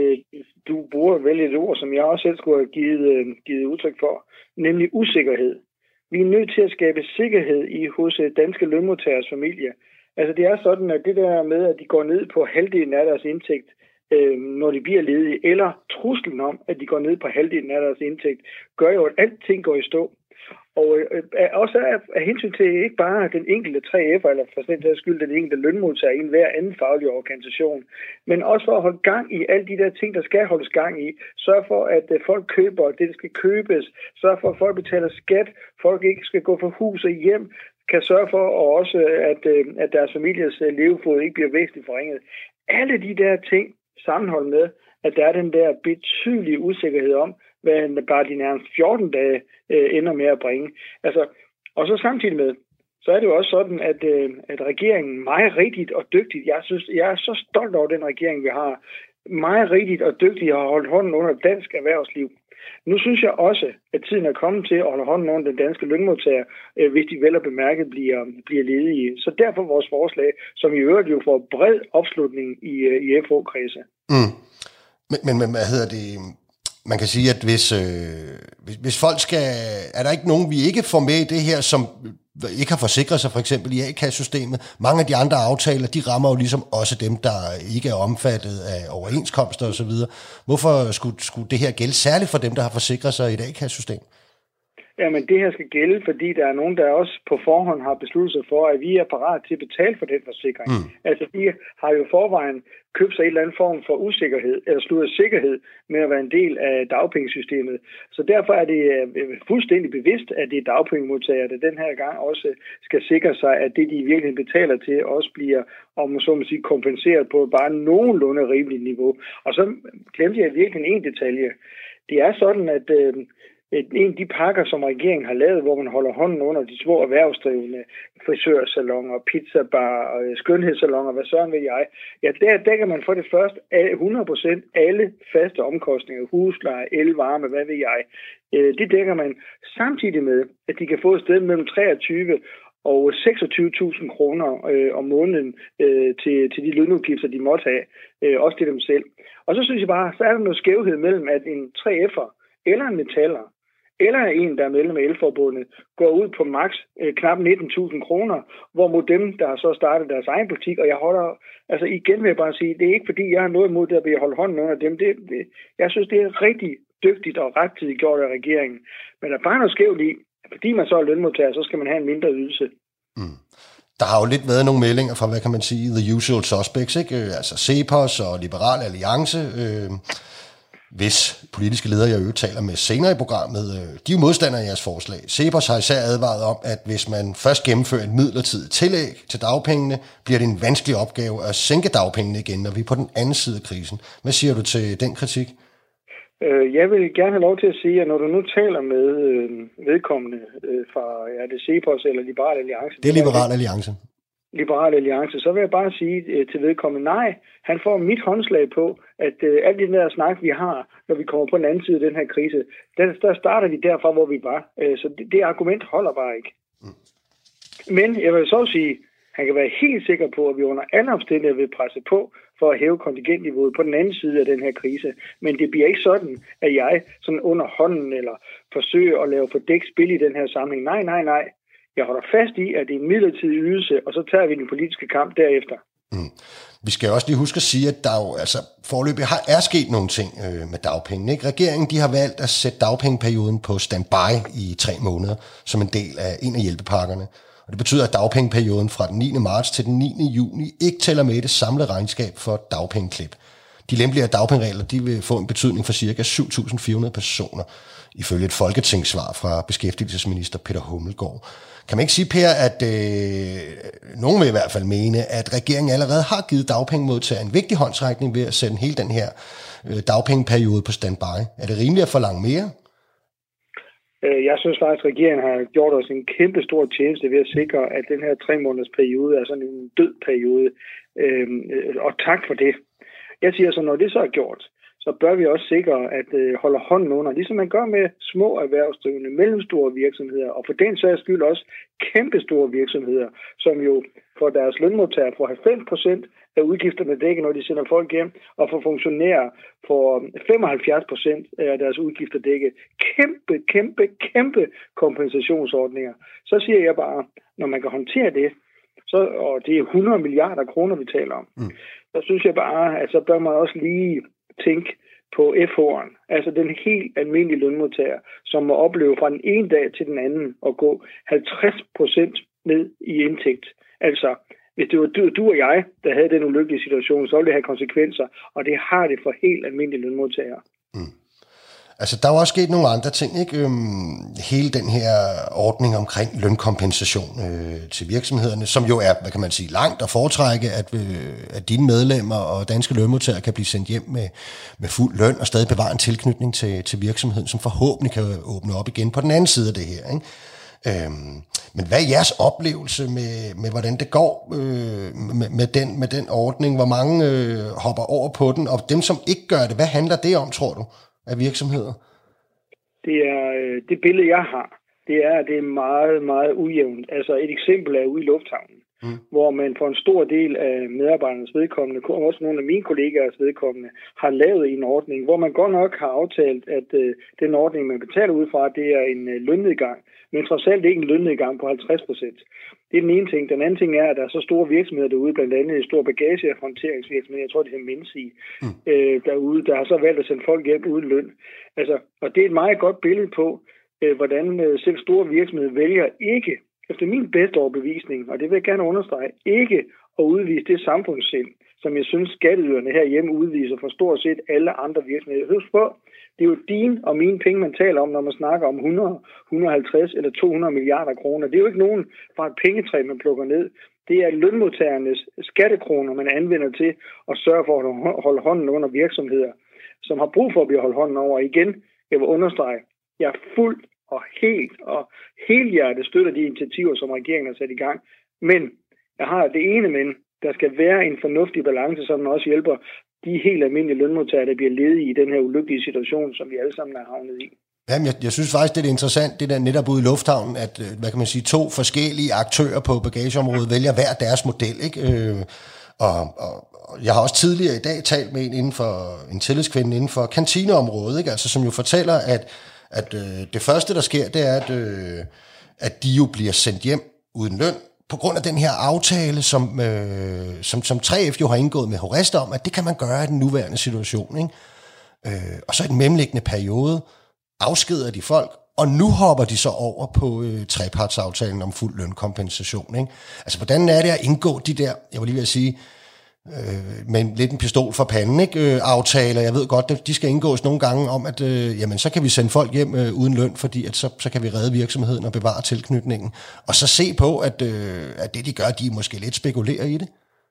du bruger vel et ord, som jeg også selv skulle have givet udtryk for, nemlig usikkerhed. Vi er nødt til at skabe sikkerhed hos danske lønmodtagers familie. Altså det er sådan, at det der med, at de går ned på halvdelen af deres indtægt, når de bliver ledige, eller truslen om, at de går ned på halvdelen af deres indtægt, gør jo, at alting går i stå. Og også af hensyn til ikke bare den enkelte 3F'er, eller for den der skyld den enkelte lønmodtager i en hver anden faglig organisation, men også for at holde gang i alle de der ting, der skal holdes gang i. Sørg for, at folk køber det, der skal købes. Sørg for, at folk betaler skat. Folk ikke skal gå fra hus og hjem. Kan sørge for og også, at deres families levefod ikke bliver væsentligt forringet. Alle de der ting sammenholdt med, at der er den der betydelige usikkerhed om, hvad bare de nærmest 14 dage ender med at bringe. Altså, og så samtidig med, så er det jo også sådan, at regeringen meget rigtigt og dygtigt, jeg er så stolt over den regering, vi har, meget rigtigt og dygtigt har holdt hånden under dansk erhvervsliv. Nu synes jeg også, at tiden er kommet til at holde hånden under den danske lønmodtager, hvis de vel og bemærket bliver ledige. Så derfor vores forslag, som i øvrigt jo får bred opslutning i FH-kredse. Men hvad hedder det? Man kan sige, at hvis folk skal... Er der ikke nogen, vi ikke får med i det her, som ikke har forsikret sig, for eksempel i A-kassesystemet? Mange af de andre aftaler, de rammer jo ligesom også dem, der ikke er omfattet af overenskomster osv. Hvorfor skulle det her gælde særligt for dem, der har forsikret sig i et A-kassesystem? Jamen, det her skal gælde, fordi der er nogen, der også på forhånd har besluttet sig for, at vi er parat til at betale for den forsikring. Altså, de har jo forvejen købt sig en eller anden form for usikkerhed, eller slået sikkerhed med at være en del af dagpengesystemet. Så derfor er det fuldstændig bevidst, at det er dagpengemodtagere, der den her gang også skal sikre sig, at det, de virkelig betaler til, også bliver, om så må sige, kompenseret på bare nogenlunde rimeligt niveau. Og så glemte jeg virkelig en detalje. Det er sådan, at en af de pakker, som regeringen har lavet, hvor man holder hånden under de små erhvervsdrivende, frisørsalonger, pizzabar, skønhedssalonger, hvad sådan vil jeg, ja, der dækker man for det første 100% alle faste omkostninger, husleje, el, varme, hvad ved jeg. Det dækker man samtidig med, at de kan få et sted mellem 23 og 26.000 kroner om måneden til de lønudgifter, de måtte have, også til dem selv. Og så synes jeg bare, så er der noget skævhed mellem, at en 3F'er eller en metaller, eller en, der er medlem af Elforbundet, går ud på maks knap 19.000 kroner, hvorimod dem, der har så startet deres egen butik, og jeg holder, altså igen vil jeg bare sige, det er ikke fordi, jeg har noget imod det, at jeg holder hånden under dem. Jeg synes, det er rigtig dygtigt og rettidigt gjort af regeringen. Men der er bare noget skævt i, at fordi man så er lønmodtager, så skal man have en mindre ydelse. Mm. Der har jo lidt været nogle meldinger fra, hvad kan man sige, the usual suspects, ikke? Altså CEPOS og Liberal Alliance, hvis politiske ledere, jeg taler med senere i programmet, de er jo modstandere af jeres forslag. CEPOS har især advaret om, at hvis man først gennemfører et midlertidigt tillæg til dagpengene, bliver det en vanskelig opgave at sænke dagpengene igen, når vi er på den anden side af krisen. Hvad siger du til den kritik? Jeg vil gerne have lov til at sige, at når du nu taler med vedkommende fra det CEPOS eller Liberal Alliance... Det er Liberal Alliance. Liberal Alliance, så vil jeg bare sige til vedkommende, nej, han får mit håndslag på, at alt det der snak, vi har, når vi kommer på den anden side af den her krise, der starter vi derfra, hvor vi var. Så det argument holder bare ikke. Mm. Men jeg vil så sige, han kan være helt sikker på, at vi under alle omstændigheder vil presse på for at hæve kontingentniveauet på den anden side af den her krise. Men det bliver ikke sådan, at jeg sådan under hånden eller forsøger at lave fordækt spil i den her sammenhæng. Nej. Jeg holder fast i, at det er en midlertidig ydelse, og så tager vi den politiske kamp derefter. Mm. Vi skal også lige huske at sige, at der jo altså foreløbig er sket nogle ting med dagpengene. Ikke? Regeringen de har valgt at sætte dagpengeperioden på standby i 3 måneder, som en del af en af hjælpepakkerne. Og det betyder, at dagpengeperioden fra den 9. marts til den 9. juni ikke tæller med i det samlede regnskab for dagpengeklip. De lempeligere dagpengeregler de vil få en betydning for ca. 7.400 personer, ifølge et folketingssvar fra beskæftigelsesminister Peter Hummelgaard. Kan man ikke sige, Per, at nogen vil i hvert fald mene, at regeringen allerede har givet dagpengemodtagere en vigtig håndsrækning ved at sende hele den her dagpengeperiode på standby? Er det rimeligt at forlange mere? Jeg synes faktisk, at regeringen har gjort os en kæmpe stor tjeneste ved at sikre, at den her 3 måneders periode er sådan en død periode. Og tak for det. Jeg siger så, når det så er gjort, så bør vi også sikre at holde hånden under, ligesom man gør med små erhvervsdrivende, mellemstore virksomheder, og for den sags skyld også kæmpe store virksomheder, som jo for deres lønmodtagere får 90% af udgifterne dækket, når de sender folk hjem, og for funktionærer får 75% af deres udgifter dækket. Kæmpe kompensationsordninger. Så siger jeg bare, når man kan håndtere det, så, og det er 100 milliarder kroner, vi taler om, så synes jeg bare, at så bør man også lige tænke på FH'eren, altså den helt almindelige lønmodtager, som må opleve fra den ene dag til den anden at gå 50% ned i indtægt. Altså, hvis det var du og jeg, der havde den ulykkelige situation, så ville det have konsekvenser, og det har det for helt almindelige lønmodtagere. Mm. Altså, der er jo også sket nogle andre ting, ikke? Hele den her ordning omkring lønkompensation til virksomhederne, som jo er, hvad kan man sige, langt at foretrække, at dine medlemmer og danske lønmodtagere kan blive sendt hjem med fuld løn og stadig bevare en tilknytning til virksomheden, som forhåbentlig kan åbne op igen på den anden side af det her, ikke? Men hvad er jeres oplevelse med hvordan det går med den ordning? Hvor mange hopper over på den? Og dem, som ikke gør det, hvad handler det om, tror du, af virksomheder? Det er det billede, jeg har. Det er, at det er meget, meget ujævnt. Altså et eksempel er ude i lufthavnen, hvor man for en stor del af medarbejdernes vedkommende, og også nogle af mine kollegaers vedkommende, har lavet en ordning, hvor man godt nok har aftalt, at den ordning, man betaler ud fra, det er en lønnedgang, men trods alt ikke en lønnedgang på 50%. Det er den ene ting. Den anden ting er, at der er så store virksomheder derude, blandt andet en stor bagagehåndteringsvirksomhed, jeg tror det hedder Minsi, derude, der har så valgt at sende folk hjem uden løn. Altså, og det er et meget godt billede på, hvordan selv store virksomheder vælger ikke, efter min bedste overbevisning, og det vil jeg gerne understrege, ikke at udvise det samfundssind, som jeg synes skatteyderne herhjemme udviser for stort set alle andre virksomheder. Husk på, det er jo dine og mine penge, man taler om, når man snakker om 100, 150 eller 200 milliarder kroner. Det er jo ikke nogen fra et pengetræ, man plukker ned. Det er lønmodtagernes skattekroner, man anvender til at sørge for at holde hånden under virksomheder, som har brug for at blive holdt hånden over. Igen, jeg vil understrege, jeg er fuldt og helhjertet støtter de initiativer, som regeringen har sat i gang. Men jeg har det ene men, der skal være en fornuftig balance, som også hjælper de helt almindelige lønmodtagere, der bliver ledige i den her ulykkelige situation, som vi alle sammen er havnet i. Jamen, jeg synes faktisk, det er interessant, det der netop ude i lufthavnen, at, hvad kan man sige, 2 forskellige aktører på bagageområdet vælger hver deres model, ikke? Og jeg har også tidligere i dag talt med en tillidskvinde inden for kantineområdet, ikke? Altså, som jo fortæller, at det første, der sker, det er, at de jo bliver sendt hjem uden løn, på grund af den her aftale, som 3F jo har indgået med HORESTA om, at det kan man gøre i den nuværende situation, ikke? Og så i den mellemliggende periode afskeder de folk, og nu hopper de så over på trepartsaftalen om fuld lønkompensation, ikke? Altså, hvordan er det at indgå de der, jeg vil lige vil sige, med lidt en pistol for panden, ikke? Aftaler, jeg ved godt, de skal indgås nogle gange om, at jamen, så kan vi sende folk hjem uden løn, fordi at så kan vi redde virksomheden og bevare tilknytningen. Og så se på, at det, de gør, de måske lidt spekulerer i det.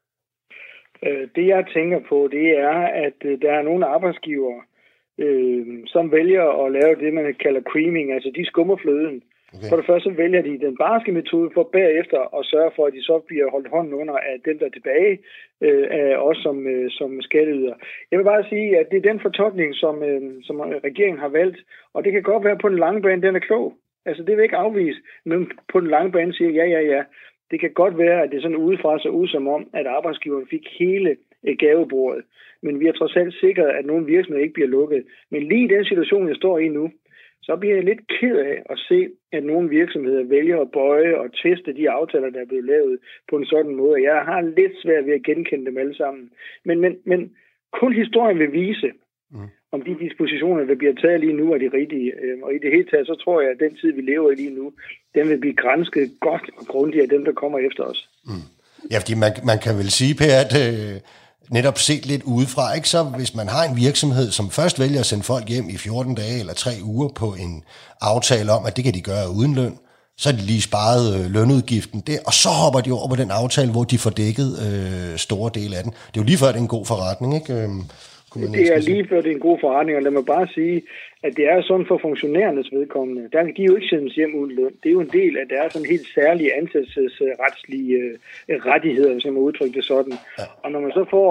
Det, jeg tænker på, det er, at der er nogle arbejdsgivere, som vælger at lave det, man kalder creaming, altså de skummer fløden. Okay. For det første vælger de den barske metode for bagefter at sørge for, at de så bliver holdt hånden under af dem, der er tilbage, af os som skatteyder. Jeg vil bare sige, at det er den fortolkning, som regeringen har valgt, og det kan godt være på den lange bane, den er klog. Altså det vil ikke afvise, men på den lange bane siger ja. Det kan godt være, at det sådan udefra så ud som om, at arbejdsgiveren fik hele gavebordet. Men vi har trods alt sikret, at nogle virksomheder ikke bliver lukket. Men lige i den situation, jeg står i nu, så bliver jeg lidt ked af at se, at nogle virksomheder vælger at bøje og teste de aftaler, der er blevet lavet på en sådan måde. Jeg har lidt svært ved at genkende dem alle sammen. Men kun historien vil vise, om de dispositioner, der bliver taget lige nu, er de rigtige. Og i det hele taget, så tror jeg, at den tid, vi lever i lige nu, den vil blive gransket godt og grundigt af dem, der kommer efter os. Ja, fordi man kan vel sige, Per, at netop set lidt udefra, ikke? Så hvis man har en virksomhed, som først vælger at sende folk hjem i 14 dage eller 3 uger på en aftale om, at det kan de gøre uden løn, så er de lige sparet lønudgiften der, og så hopper de over på den aftale, hvor de får dækket store dele af den. Det er jo lige før, det er en god forretning, ikke? Det er lige før, det er en god forretning, og lad mig bare sige, at det er sådan for funktionærernes vedkommende. Der kan de jo ikke sendes hjem uden løn. Det er jo en del af deres sådan helt særlige ansættelsesretslige rettigheder, hvis jeg må udtrykke det sådan. Ja. Og når man så får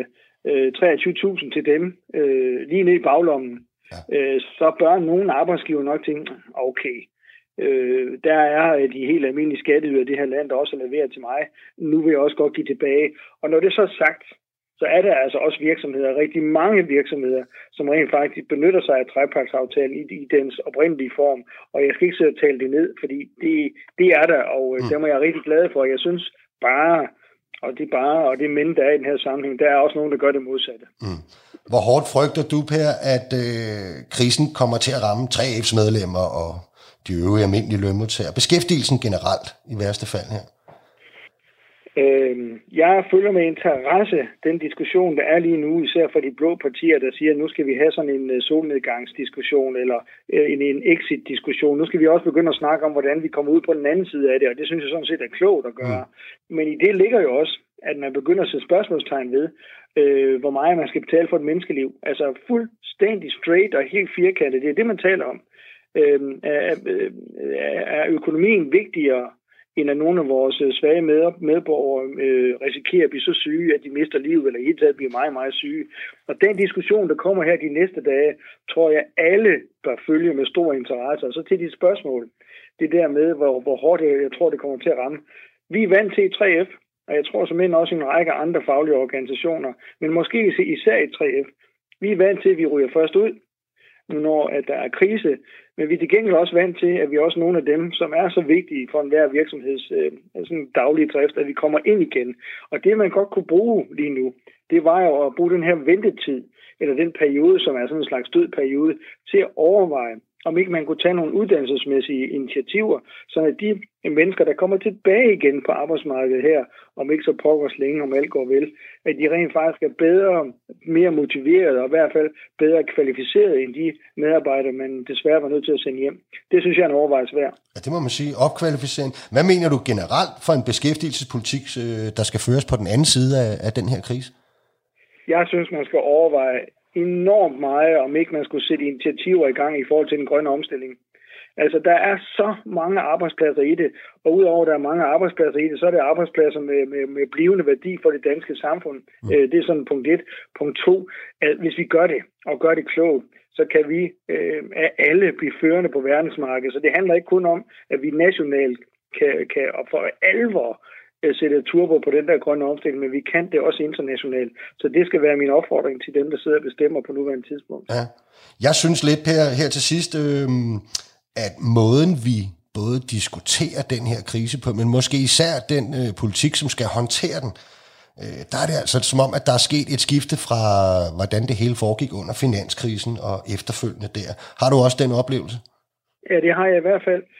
23.000 til dem lige ned i baglommen, så bør nogle arbejdsgiver nok tænke, okay, der er de helt almindelige skatteyder i det her land, der også er leveret til mig. Nu vil jeg også godt give tilbage. Og når det så er sagt, så er der altså også virksomheder, rigtig mange virksomheder, som rent faktisk benytter sig af trepartsaftalen i dens oprindelige form. Og jeg skal ikke sidde og tale det ned, fordi det er der, og det er jeg rigtig glad for. Jeg synes og det men, der er i den her sammenhæng, der er også nogen, der gør det modsatte. Hvor hårdt frygter du, Per, at krisen kommer til at ramme 3F's medlemmer og de øvrige almindelige lønmodtagere? Beskæftigelsen generelt i værste fald her? Jeg følger med interesse den diskussion, der er lige nu, især for de blå partier, der siger, at nu skal vi have sådan en solnedgangsdiskussion eller en exit-diskussion. Nu skal vi også begynde at snakke om, hvordan vi kommer ud på den anden side af det, og det synes jeg sådan set er klogt at gøre. Men i det ligger jo også, at man begynder at sætte spørgsmålstegn ved, hvor meget man skal betale for et menneskeliv. Altså fuldstændig straight og helt firkantet, det er det, man taler om. Er økonomien vigtigere, end at nogle af vores svage medborgere risikerer at blive så syge, at de mister livet, eller i hele taget bliver meget, meget syge. Og den diskussion, der kommer her de næste dage, tror jeg, alle bør følge med stor interesse. Og så til dit spørgsmål, det der med, hvor hårdt jeg tror, det kommer til at ramme. Vi er vant til 3F, og jeg tror som også en række andre faglige organisationer, men måske især i 3F. Vi er vant til, at vi ryger først ud, når at der er krise, men vi er til gengæld også vant til, at vi er også nogle af dem, som er så vigtige for enhver virksomheds sådan daglige drift, at vi kommer ind igen. Og det, man godt kunne bruge lige nu, det var jo at bruge den her ventetid, eller den periode, som er sådan en slags død periode, til at overveje, om ikke man kunne tage nogle uddannelsesmæssige initiativer, så at de mennesker, der kommer tilbage igen på arbejdsmarkedet her, om ikke så pokkers længe, om alt går vel, at de rent faktisk er bedre, mere motiverede og i hvert fald bedre kvalificerede end de medarbejdere, man desværre var nødt til at sende hjem. Det synes jeg er en overvejelse værd. Ja, det må man sige. Opkvalificering. Hvad mener du generelt for en beskæftigelsespolitik, der skal føres på den anden side af den her krise? Jeg synes, man skal overveje enormt meget, om ikke man skulle sætte initiativer i gang i forhold til den grønne omstilling. Altså, der er så mange arbejdspladser i det, og udover at der er mange arbejdspladser i det, så er det arbejdspladser med blivende værdi for det danske samfund. Det er sådan punkt 1. Punkt 2, at hvis vi gør det, og gør det klogt, så kan vi alle blive førende på verdensmarkedet. Så det handler ikke kun om, at vi nationalt kan for alvor sætte turbo på den der grønne omstilling, men vi kan det også internationalt. Så det skal være min opfordring til dem, der sidder og bestemmer på nuværende tidspunkt. Ja. Jeg synes lidt, Per, her til sidst, at måden vi både diskuterer den her krise på, men måske især den politik, som skal håndtere den, der er det altså som om, at der er sket et skifte fra, hvordan det hele foregik under finanskrisen og efterfølgende der. Har du også den oplevelse? Ja, det har jeg i hvert fald.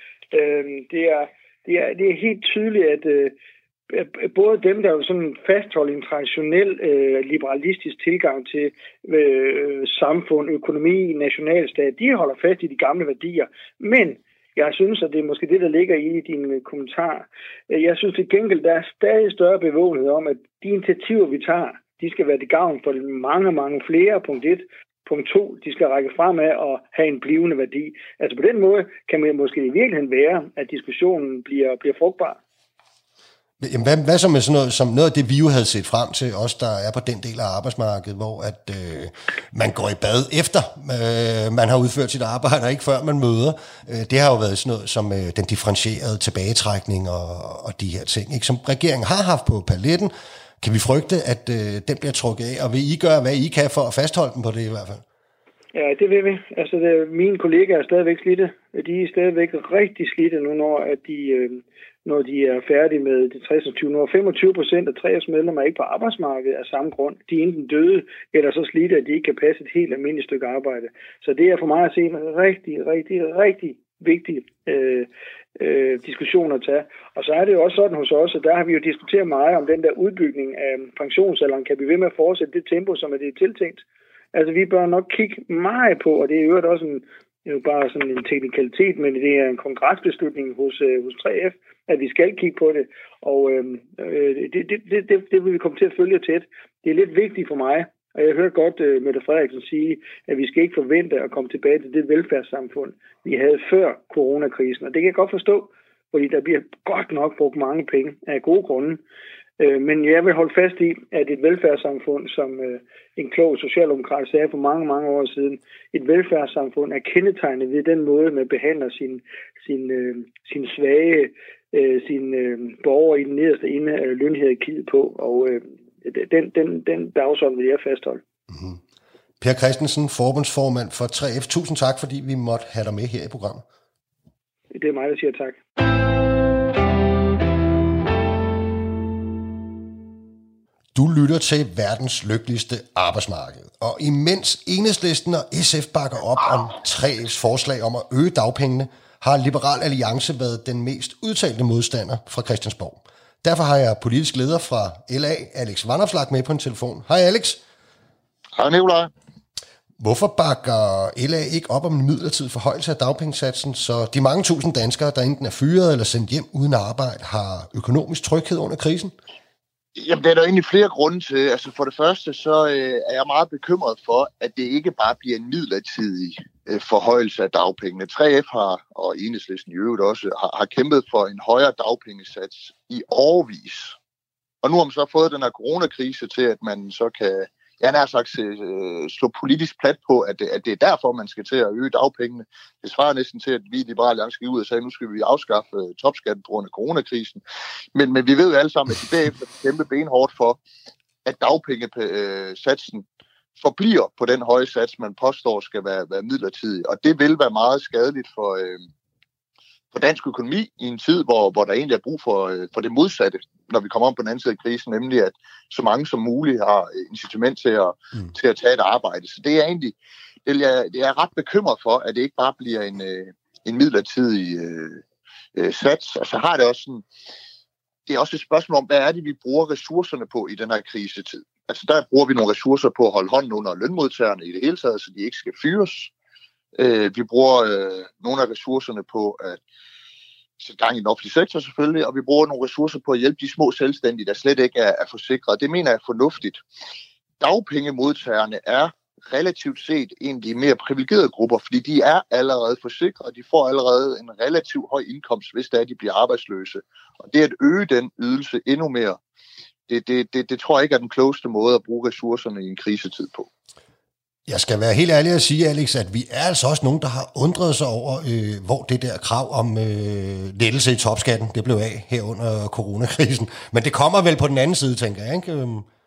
Det er helt tydeligt, at både dem, der jo sådan fastholder en traditionel liberalistisk tilgang til samfund, økonomi, nationalstat, de holder fast i de gamle værdier. Men jeg synes, at det er måske det, der ligger i din kommentar. Jeg synes til gengæld, der er stadig større bevågenhed om, at de initiativer, vi tager, de skal være til gavn for mange, mange flere. Punkt 1. Punkt 2, de skal række fremad og have en blivende værdi. Altså på den måde kan man måske i virkeligheden være, at diskussionen bliver frugtbar. Jamen, hvad så med sådan noget, som noget af det, vi jo havde set frem til, os der er på den del af arbejdsmarkedet, hvor at man går i bad efter, man har udført sit arbejde, og ikke før man møder. Det har jo været sådan noget som den differentierede tilbagetrækning og de her ting, ikke, som regeringen har haft på paletten. Kan vi frygte, at den bliver trukket af, og vil I gøre, hvad I kan for at fastholde den på det i hvert fald? Ja, det vil vi. Altså, mine kollegaer er stadigvæk slidte. De er stadigvæk rigtig slidte nu, når de er færdige med det 23. Når 25% af 3F's medlemmer er ikke på arbejdsmarkedet af samme grund. De er enten døde, eller så slidte, at de ikke kan passe et helt almindeligt stykke arbejde. Så det er for mig at se en rigtig vigtig diskussion at tage. Og så er det jo også sådan hos os, at der har vi jo diskuteret meget om den der udbygning af pensionsalderen. Kan vi ved med at fortsætte det tempo, som er det tiltænkt? Altså, vi bør nok kigge meget på, og det er jo også bare sådan en teknikalitet, men det er en kongresbeslutning hos 3F, at vi skal kigge på det, og det vil vi komme til at følge tæt. Det er lidt vigtigt for mig, og jeg hørte godt Mette Frederiksen sige, at vi skal ikke forvente at komme tilbage til det velfærdssamfund, vi havde før coronakrisen, og det kan jeg godt forstå, fordi der bliver godt nok brugt mange penge af gode grunde. Men jeg vil holde fast i, at et velfærdssamfund, som en klog socialdemokrat sagde for mange, mange år siden, et velfærdssamfund er kendetegnet ved den måde, man behandler sin svage, sine borgere i den nederste ende af lønhierarkiet på, og den dagsorden vil jeg fastholde. Mm-hmm. Per Christensen, forbundsformand for 3F. Tusind tak, fordi vi måtte have dig med her i programmet. Det er mig, der siger tak. Du lytter til verdens lykkeligste arbejdsmarked, og imens Enhedslisten og SF bakker op om 3F's forslag om at øge dagpengene, har Liberal Alliance været den mest udtalte modstander fra Christiansborg. Derfor har jeg politisk leder fra LA, Alex Vanopslagh, med på en telefon. Hej Alex. Hej Nikolaj. Hvorfor bakker LA ikke op om en midlertidig forhøjelse af dagpengesatsen, så de mange tusind danskere, der enten er fyret eller sendt hjem uden arbejde, har økonomisk tryghed under krisen? Jamen, det er der egentlig flere grunde til. Altså, for det første, så er jeg meget bekymret for, at det ikke bare bliver en midlertidig forhøjelse af dagpengene. 3F har, og Enhedslisten i øvrigt også, har kæmpet for en højere dagpengesats i årevis. Og nu har man så fået den her coronakrise til, at man så kan, jeg nær sagt, slå politisk plat på, at det er derfor, man skal til at øge dagpengene. Det svarer næsten til, at vi i Liberal Alliance skal ud og sige, at nu skal vi afskaffe topskatten på grund af coronakrisen. Men vi ved jo alle sammen, at de bagefter kæmpe benhårdt for, at dagpengesatsen forbliver på den høje sats, man påstår skal være midlertidig. Og det vil være meget skadeligt for dansk økonomi i en tid, hvor der egentlig er brug for det modsatte, når vi kommer om på den anden side af krisen, nemlig at så mange som muligt har incitament til at tage et arbejde. Så det er egentlig, det er ret bekymret for, at det ikke bare bliver en midlertidig sats. Og så har det også sådan, det er også et spørgsmål om, hvad er det, vi bruger ressourcerne på i den her krisetid. Altså der bruger vi nogle ressourcer på at holde hånden under lønmodtagerne i det hele taget, så de ikke skal fyres. Vi bruger nogle af ressourcerne på at sætte gang i den offentlige sektor selvfølgelig, og vi bruger nogle ressourcer på at hjælpe de små selvstændige, der slet ikke er forsikret. Det mener jeg er fornuftigt. Dagpengemodtagerne er relativt set en af de mere privilegerede grupper, fordi de er allerede forsikret, de får allerede en relativt høj indkomst, hvis det er, de bliver arbejdsløse. Og det at øge den ydelse endnu mere, det tror jeg ikke er den klogeste måde at bruge ressourcerne i en krisetid på. Jeg skal være helt ærlig at sige, Alex, at vi er altså også nogen, der har undret sig over, hvor det der krav om lettelse i topskatten, det blev af her under coronakrisen. Men det kommer vel på den anden side, tænker jeg, ikke?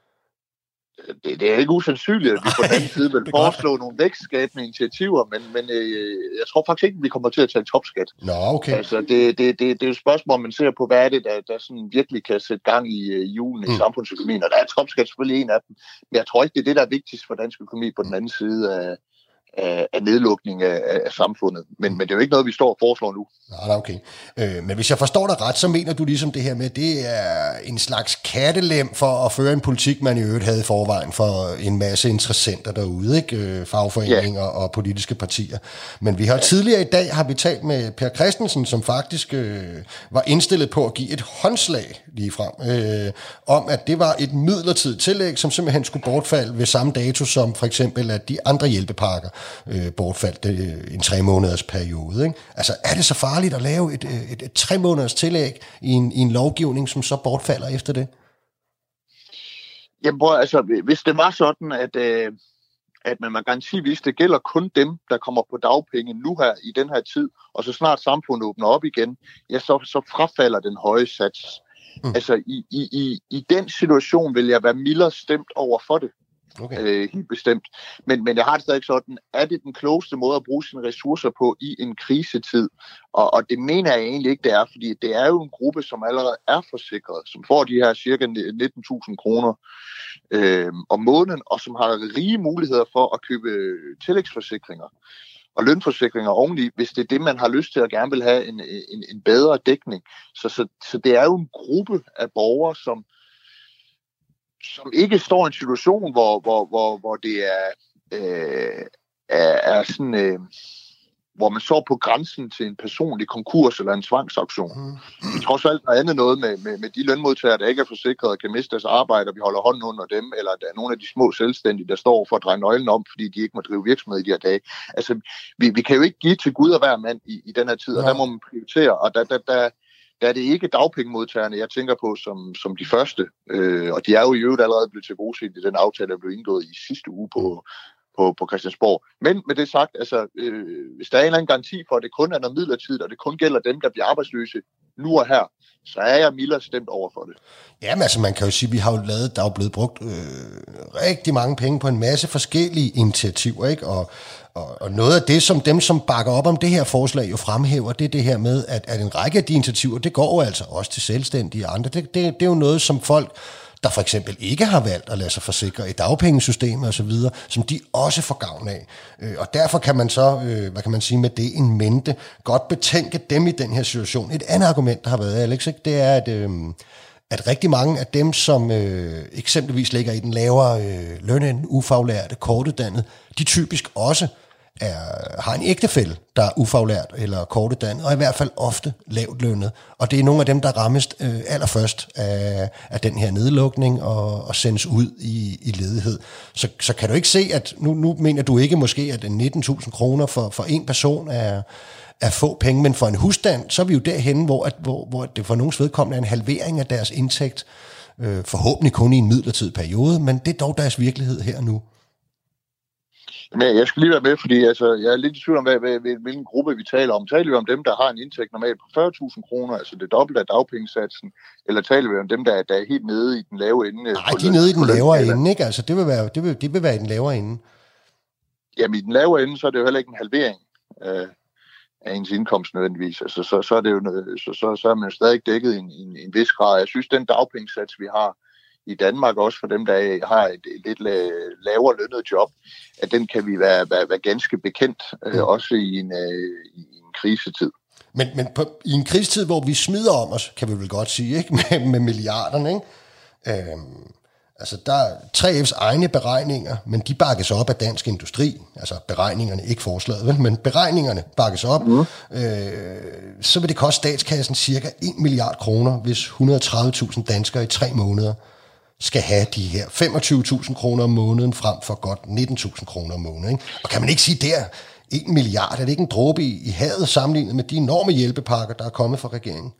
Det er ikke usandsynligt, at vi på den anden side vil foreslå nogle vækstskabende initiativer, men jeg tror faktisk ikke, at vi kommer til at tage topskat. Nå, okay. Altså, det er jo et spørgsmål, man ser på, hvad er det, der sådan virkelig kan sætte gang i hjulene i samfundsøkonomien, og der er topskat selvfølgelig en af dem. Men jeg tror ikke, det er det, der er vigtigst for dansk økonomi på den anden side af nedlukning af samfundet. Men det er jo ikke noget, vi står og foreslår nu. Nej, okay. Men hvis jeg forstår dig ret, så mener du ligesom det her med, det er en slags kattelem for at føre en politik, man i øvrigt havde i forvejen for en masse interessenter derude, ikke? Fagforeninger og politiske partier. Men vi har tidligere i dag har vi talt med Per Christensen, som faktisk var indstillet på at give et håndslag ligefrem, om at det var et midlertidigt tillæg, som simpelthen skulle bortfalde ved samme dato som for eksempel at de andre hjælpepakker bortfaldt en 3 måneders periode. Ikke? Altså er det så farligt at lave et 3 måneders tillæg i en lovgivning, som så bortfalder efter det? Jamen altså, hvis det var sådan, at man med garanti vidste, det gælder kun dem, der kommer på dagpenge nu her i den her tid, og så snart samfundet åbner op igen, ja, så frafalder den høje sats. Altså i den situation vil jeg være mildere stemt over for det. Okay. Helt bestemt. Men jeg har det stadig sådan, er det den klogeste måde at bruge sine ressourcer på i en krisetid? Og det mener jeg egentlig ikke, det er, fordi det er jo en gruppe, som allerede er forsikret, som får de her cirka 19.000 kroner om måneden, og som har rige muligheder for at købe tillægsforsikringer og lønforsikringer oveni, hvis det er det, man har lyst til at gerne vil have en bedre dækning. Så det er jo en gruppe af borgere, som ikke står i en situation, hvor det er sådan, hvor man står på grænsen til en personlig konkurs eller en tvangsauktion. Trods alt der er andet noget med de lønmodtagere, der ikke er forsikret og kan miste deres arbejde, og vi holder hånden under dem, eller der er nogle af de små selvstændige, der står for at dreje nøglen om, fordi de ikke må drive virksomhed i de her dage. Altså, vi kan jo ikke give til Gud og hver mand i den her tid, og der må man prioritere, og der er det ikke dagpengemodtagerne, jeg tænker på som de første. Og de er jo i øvrigt allerede blevet tilgodeset i den aftale, der blev indgået i sidste uge på Christiansborg. Men med det sagt, altså, hvis der er en eller anden garanti for, at det kun er noget midlertidigt, og det kun gælder dem, der bliver arbejdsløse nu og her, så er jeg mildere stemt over for det. Jamen altså, man kan jo sige, at vi har jo lavet, der er jo blevet brugt rigtig mange penge på en masse forskellige initiativer, ikke? Og noget af det, som dem, som bakker op om det her forslag, jo fremhæver, det er det her med, at en række af de initiativer, det går jo altså også til selvstændige og andre. Det er jo noget, som folk, der for eksempel ikke har valgt at lade sig forsikre i dagpengesystemet og så videre, som de også får gavn af. Og derfor kan man så, hvad kan man sige med det, en mente, godt betænke dem i den her situation. Et andet argument, der har været, Alex, ikke, det er, at rigtig mange af dem, som eksempelvis ligger i den lavere løn, ufaglærte, kortuddannet, de typisk også har en ægtefælle, der er ufaglært eller kortuddannet, og i hvert fald ofte lavt lønnet. Og det er nogle af dem, der rammes allerførst af den her nedlukning og sendes ud i ledighed. Så kan du ikke se, at nu mener du ikke måske, at 19.000 kroner for en person er få penge, men for en husstand, så er vi jo derhenne, hvor det for nogens vedkommende er en halvering af deres indtægt, forhåbentlig kun i en midlertidig periode, men det er dog deres virkelighed her nu. Men jeg skal lige være med, fordi altså, jeg er lidt i tvivl om, hvilken gruppe vi taler om. Taler vi om dem, der har en indtægt normalt på 40.000 kroner, altså det dobbelte af dagpengesatsen, eller taler vi om dem, der er helt nede i den lave ende? Nej, de er nede i den lavere ende, ikke? Altså, det vil være i den lavere ende. Jamen, i den lavere ende, så er det jo heller ikke en halvering af ens indkomst nødvendigvis. Altså, så er det jo så er man jo stadig dækket i en vis grad. Jeg synes, den dagpengesats, vi har i Danmark, også for dem, der har et lidt lavere lønnet job, at den kan vi være ganske bekendt, også i en krisetid. Men i en krisetid, hvor vi smider om os, kan vi vel godt sige, ikke? Med milliarderne, ikke? Altså, der er 3F's egne beregninger, men de bakkes op af Dansk Industri. Altså, beregningerne, ikke forslaget, vel? Men beregningerne bakkes op. Så vil det koste statskassen cirka 1 milliard kroner, hvis 130.000 danskere i 3 måneder skal have de her 25.000 kroner om måneden frem for godt 19.000 kroner om måneden. Ikke? Og kan man ikke sige der, 1 milliard, er det ikke en dråbe i havet sammenlignet med de enorme hjælpepakker, der er kommet fra regeringen?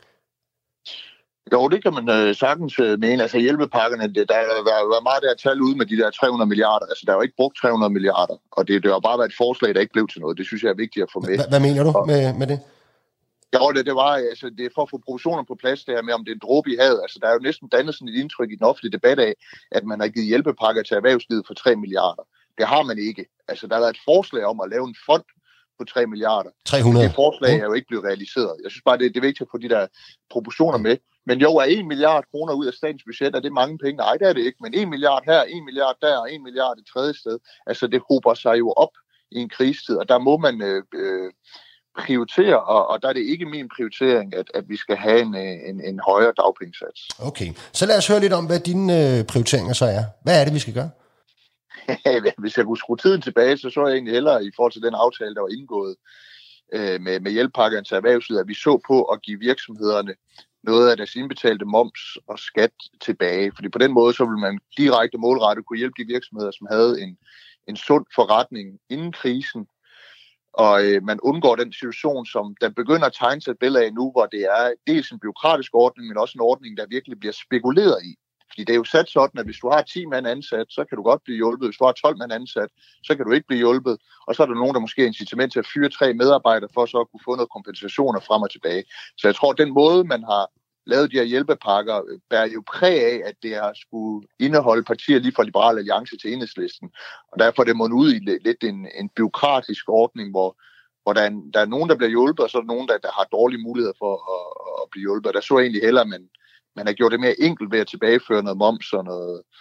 Jo, det kan man sagtens mene. Altså hjælpepakkerne, der var meget der tal ude med de der 300 milliarder. Altså der er jo ikke brugt 300 milliarder, og det har bare været et forslag, der ikke blev til noget. Det synes jeg er vigtigt at få med. Hvad mener du med det? Ja, det var, altså det er for at få proportioner på plads, det her med, om det er en dråbe i havet. Altså der er jo næsten dannet sådan et indtryk i den offentlige debat af, at man har givet hjælpepakker til erhvervslivet for 3 milliarder. Det har man ikke. Altså der har været et forslag om at lave en fond på 3 milliarder. 300. Det forslag er jo ikke blevet realiseret. Jeg synes bare, det er vigtigt at få de der proportioner med. Men jo, er 1 milliard kroner ud af statens budget, er det mange penge? Nej, det er det ikke. Men 1 milliard her, 1 milliard der, og 1 milliard et tredje sted. Altså det hober sig jo op i en krisetid, og der må man prioritere, og der er det ikke min prioritering, at vi skal have en højere dagpengesats. Okay, så lad os høre lidt om, hvad dine prioriteringer så er. Hvad er det, vi skal gøre? Hvis jeg kunne skrue tiden tilbage, så jeg egentlig hellere i forhold til den aftale, der var indgået med hjælpepakkerne til erhvervslivet, at vi så på at give virksomhederne noget af deres indbetalte moms og skat tilbage. Fordi på den måde, så vil man direkte målrettet kunne hjælpe de virksomheder, som havde en sund forretning inden krisen, og man undgår den situation, som der begynder at tegne sig et billede af nu, hvor det er dels en bureaukratisk ordning, men også en ordning, der virkelig bliver spekuleret i. Fordi det er jo sat sådan, at hvis du har 10 mand ansat, så kan du godt blive hjulpet. Hvis du har 12 mand ansat, så kan du ikke blive hjulpet. Og så er der nogen, der måske har incitament til at fyre 3 medarbejdere, for så at kunne få noget kompensationer frem og tilbage. Så jeg tror, at den måde, man har lavet de her hjælpepakker, bærer jo præg af, at det har skulle indeholde partier lige fra Liberal Alliance til Enhedslisten. Og derfor er det mundet ud i lidt en bureaukratisk ordning, hvor der er nogen, der bliver hjulpet, og så er der nogen, der har dårlige muligheder for at blive hjulpet. Og der så egentlig hellere, at man har gjort det mere enkelt ved at tilbageføre noget moms og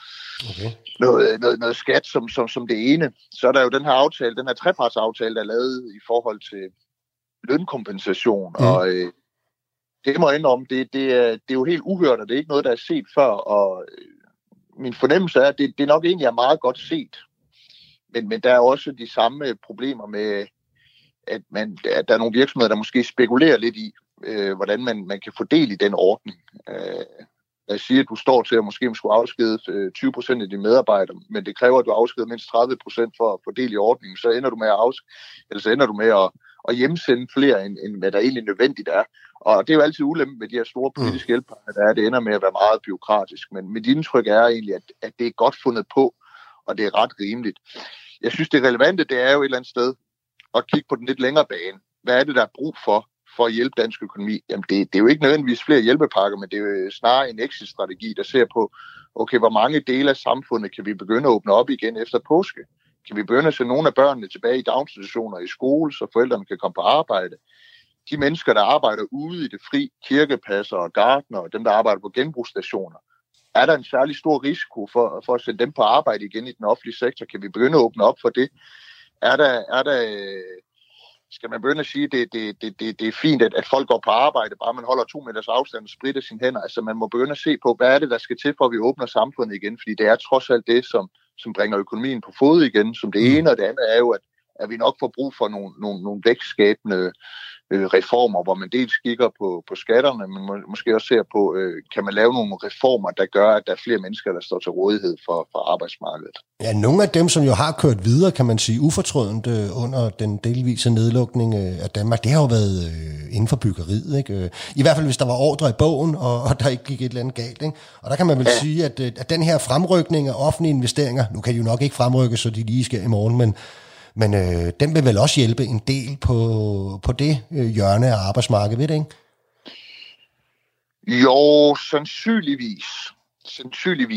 noget skat som det ene. Så er der jo den her aftale, den her trepartsaftale, der er lavet i forhold til lønkompensation, og det må jeg indrømme, det er jo helt uhørt, og det er ikke noget, der er set før, og min fornemmelse er, at det nok egentlig er meget godt set. Men der er også de samme problemer med, at der er nogle virksomheder, der måske spekulerer lidt i, hvordan man kan få del i den ordning. Jeg siger, at du står til at måske skulle afskede 20% af dine medarbejdere, men det kræver, at du afskeder mindst 30% for at få del i ordningen, så ender du med at hjemsende flere, end hvad der egentlig nødvendigt er. Og det er jo altid ulempe med de her store politiske hjælpepakker, der er. Det ender med at være meget bureaukratisk. Men mit indtryk er egentlig, at det er godt fundet på, og det er ret rimeligt. Jeg synes, det relevante, det er jo et eller andet sted at kigge på den lidt længere bane. Hvad er det, der er brug for at hjælpe dansk økonomi? Jamen, det er jo ikke nødvendigvis flere hjælpepakker, men det er jo snarere en exit-strategi, der ser på, okay, hvor mange dele af samfundet kan vi begynde at åbne op igen efter påske? Kan vi begynde at sende nogle af børnene tilbage i daginstitutioner i skole, så forældrene kan komme på arbejde? De mennesker, der arbejder ude i det fri, kirkepasser og gartner, og dem, der arbejder på genbrugsstationer, er der en særlig stor risiko for at sende dem på arbejde igen i den offentlige sektor? Kan vi begynde at åbne op for det? Skal man begynde at sige, at det er fint, at folk går på arbejde, bare man holder 2 meters afstand og spritter sine hænder? Altså man må begynde at se på, hvad er det, der skal til, for at vi åbner samfundet igen? Fordi det er trods alt det, som bringer økonomien på fod igen, som det ene, og det andet er jo, at vi nok får brug for nogle vækstskabende reformer, hvor man dels kigger på skatterne, men måske også ser på, kan man lave nogle reformer, der gør, at der er flere mennesker, der står til rådighed for arbejdsmarkedet. Ja, nogle af dem, som jo har kørt videre, kan man sige, ufortrødent under den delvise nedlukning af Danmark, det har jo været inden for byggeriet, ikke? I hvert fald, hvis der var ordre i bogen, og der ikke gik et eller andet galt, ikke? Og der kan man vel sige, at den her fremrykning af offentlige investeringer, nu kan de jo nok ikke fremrykke, så de lige sker i morgen, men den vil vel også hjælpe en del på det hjørne af arbejdsmarkedet, ved det, ikke? Jo, sandsynligvis.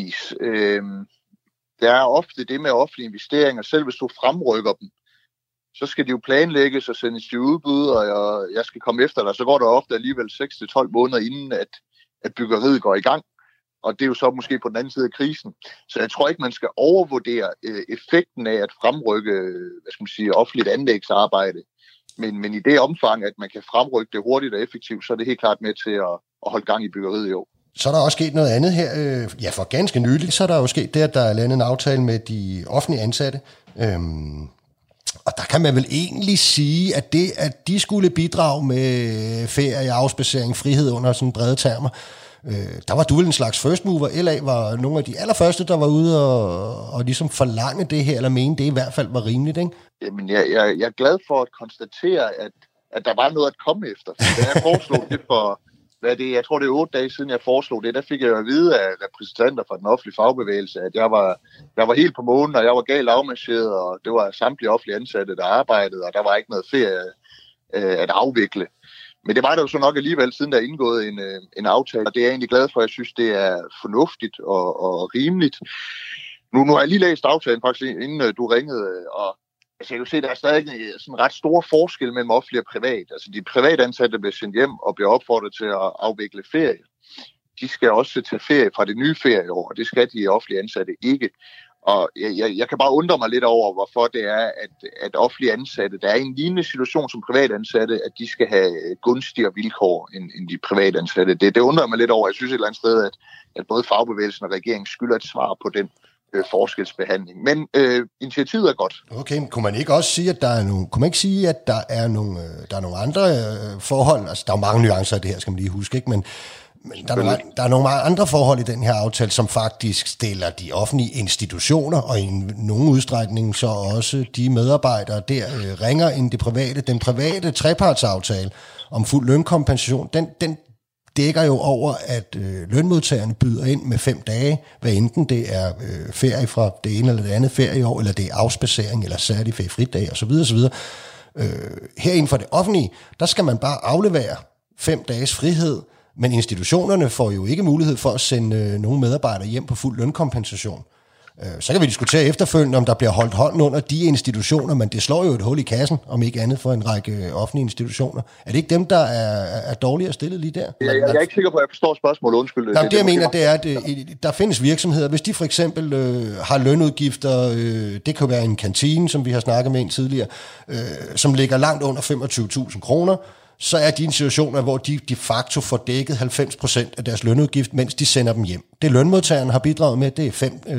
Der er ofte det med offentlige investeringer, selv hvis du fremrykker dem, så skal de jo planlægges og sendes til udbud, og jeg skal komme efter dig. Så går der ofte alligevel 6-12 måneder inden, at byggeriet går i gang. Og det er jo så måske på den anden side af krisen. Så jeg tror ikke, man skal overvurdere effekten af at fremrykke offentligt anlægsarbejde. Men i det omfang, at man kan fremrykke det hurtigt og effektivt, så er det helt klart med til at holde gang i byggeriet jo. Så er der også sket noget andet her. For ganske nyligt, så er der jo sket det, at der er landet en aftale med de offentlige ansatte. Og der kan man vel egentlig sige, at det, at de skulle bidrage med ferie, afspadsering, frihed under sådan brede termer, der var du vel en slags first mover. LA var nogle af de allerførste, der var ude og ligesom forlange det her, eller mene det i hvert fald var rimeligt, ikke? Jamen, jeg er glad for at konstatere, at der var noget at komme efter. Da jeg foreslog det for, jeg tror det er 8 dage siden, jeg foreslog det, der fik jeg jo at vide af repræsentanter fra den offentlige fagbevægelse, at jeg var helt på månen, og jeg var galt afmarcheret, og det var samtlige offentlige ansatte, der arbejdede, og der var ikke noget ferie at afvikle. Men det var der jo så nok alligevel, siden der er indgået en aftale, og det er jeg egentlig glad for. Jeg synes, det er fornuftigt og rimeligt. Nu har jeg lige læst aftalen faktisk, inden du ringede, og jeg kan jo se, at der er stadig sådan ret store forskel mellem offentlig og privat. Altså de privatansatte bliver sendt hjem og bliver opfordret til at afvikle ferie. De skal også tage ferie fra det nye ferieår, og det skal de offentlige ansatte ikke. Og jeg kan bare undre mig lidt over, hvorfor det er, at offentlige ansatte, der er en lignende situation som privatansatte, at de skal have gunstigere vilkår end de privatansatte. Det undrer mig lidt over. Jeg synes et eller andet sted, at både fagbevægelsen og regeringen skylder et svar på den forskelsbehandling. Men initiativet er godt. Okay, men kunne man ikke også sige, at der er nogle andre forhold? Altså, der er jo mange nuancer af det her, skal man lige huske, ikke? Men der er nogle andre forhold i den her aftale, som faktisk stiller de offentlige institutioner, og i nogen udstrækning så også de medarbejdere der ringer end det private. Den private trepartsaftale om fuld lønkompensation, den dækker jo over, at lønmodtagerne byder ind med 5 dage, hvad enten det er ferie fra det ene eller det andet ferieår, eller det er afspadsering, eller særlig feriefridag osv. osv. Herinde for det offentlige, der skal man bare aflevere 5 dages frihed, men institutionerne får jo ikke mulighed for at sende nogle medarbejdere hjem på fuld lønkompensation. Så kan vi diskutere efterfølgende, om der bliver holdt hånden under de institutioner, men det slår jo et hul i kassen, om ikke andet for en række offentlige institutioner. Er det ikke dem, der er dårligere stillet lige der? Jeg er ikke sikker på, at jeg forstår spørgsmålet. Undskyld. Det jeg mener, det er, at der findes virksomheder, hvis de for eksempel har lønudgifter, det kan være en kantine, som vi har snakket med en tidligere, som ligger langt under 25.000 kroner, så er de situationer, hvor de facto får dækket 90% af deres lønudgift, mens de sender dem hjem. Det lønmodtagerne har bidraget med, det er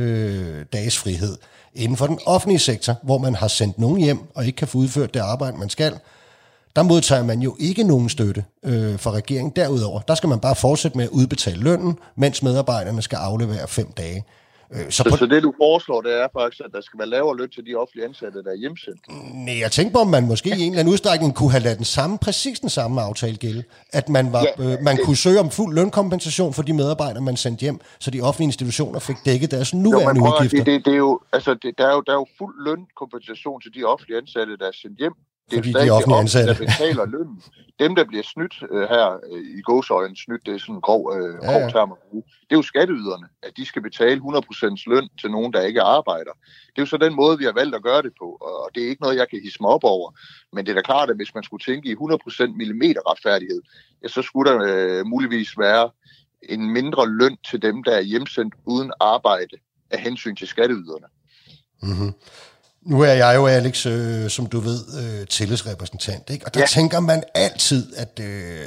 5 dages frihed. Inden for den offentlige sektor, hvor man har sendt nogen hjem og ikke kan få udført det arbejde, man skal, der modtager man jo ikke nogen støtte fra regeringen. Derudover, der skal man bare fortsætte med at udbetale lønnen, mens medarbejderne skal aflevere 5 dage. Så det, du foreslår, det er faktisk, at der skal være lavere løn til de offentlige ansatte, der er hjemsendt? Nej, jeg tænker på, om man måske i en eller anden udstrækning kunne have ladet præcis den samme aftale gælde. At man kunne søge om fuld lønkompensation for de medarbejdere, man sendte hjem, så de offentlige institutioner fik dækket deres nuværende udgifter. Det er jo, altså, der er jo fuld lønkompensation til de offentlige ansatte, der er sendt hjem. Det er jo stadig de offentlige ansatte, der betaler lønnen. Dem, der bliver snydt her i gåseøjne, snydt, det er sådan en grov term at bruge. Det er jo skatteyderne, at de skal betale 100% løn til nogen, der ikke arbejder. Det er jo så den måde, vi har valgt at gøre det på, og det er ikke noget, jeg kan hisse mig op over. Men det er da klart, at hvis man skulle tænke i 100% millimeterretfærdighed, ja, så skulle der muligvis være en mindre løn til dem, der er hjemsendt uden arbejde af hensyn til skatteyderne. Mhm. Nu er jeg jo, Alex, som du ved, tillidsrepræsentant, ikke? Og der tænker man altid, at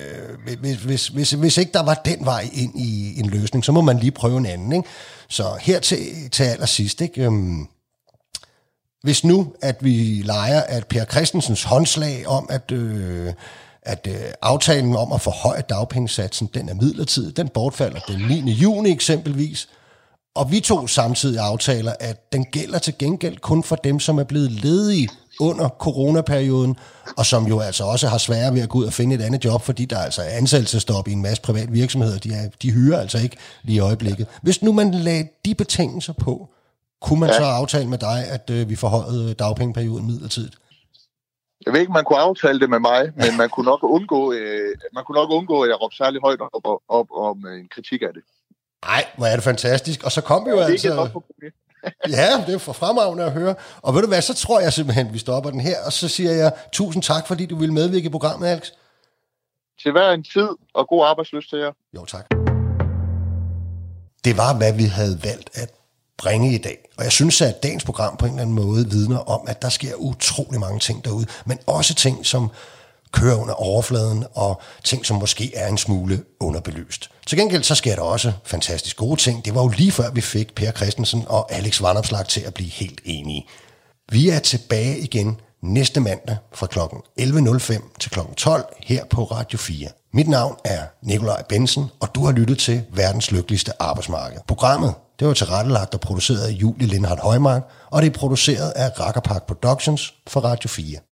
hvis ikke der var den vej ind i en løsning, så må man lige prøve en anden, ikke? Så her til allersidst, ikke? Hvis nu, at vi leger, at Per Christensens håndslag om, at aftalen om at forhøje dagpengesatsen, den er midlertidig, den bortfalder den 9. juni eksempelvis, og vi to samtidig aftaler, at den gælder til gengæld kun for dem, som er blevet ledige under coronaperioden, og som jo altså også har svært ved at gå ud og finde et andet job, fordi der altså er ansættelsesstop i en masse private virksomheder. De hyrer altså ikke lige i øjeblikket. Hvis nu man lagde de betingelser på, kunne man så aftale med dig, at vi forhøjede dagpengeperioden midlertidigt? Jeg ved ikke, man kunne aftale det med mig, men man kunne nok undgå, at jeg råbte særlig højt op om en kritik af det. Nej, hvor er det fantastisk. Og så kom vi jo altså... Ja, det er for fremragende at høre. Og ved du hvad, så tror jeg simpelthen, vi stopper den her, og så siger jeg tusind tak, fordi du ville medvirke i programmet, Alex. Til hver en tid, og god arbejdslyst til jer. Jo, tak. Det var, hvad vi havde valgt at bringe i dag. Og jeg synes, at dagens program på en eller anden måde vidner om, at der sker utrolig mange ting derude, men også ting, som kører under overfladen, og ting, som måske er en smule underbelyst. Til gengæld så sker der også fantastisk gode ting. Det var jo lige før, vi fik Per Christensen og Alex Vanopslagh til at blive helt enige. Vi er tilbage igen næste mandag fra kl. 11.05 til kl. 12 her på Radio 4. Mit navn er Nikolaj Bensen, og du har lyttet til Verdens Lykkeligste Arbejdsmarked. Programmet det var tilrettelagt og produceret af Julie Lindhardt Højmark, og det er produceret af Rakkerpark Productions for Radio 4.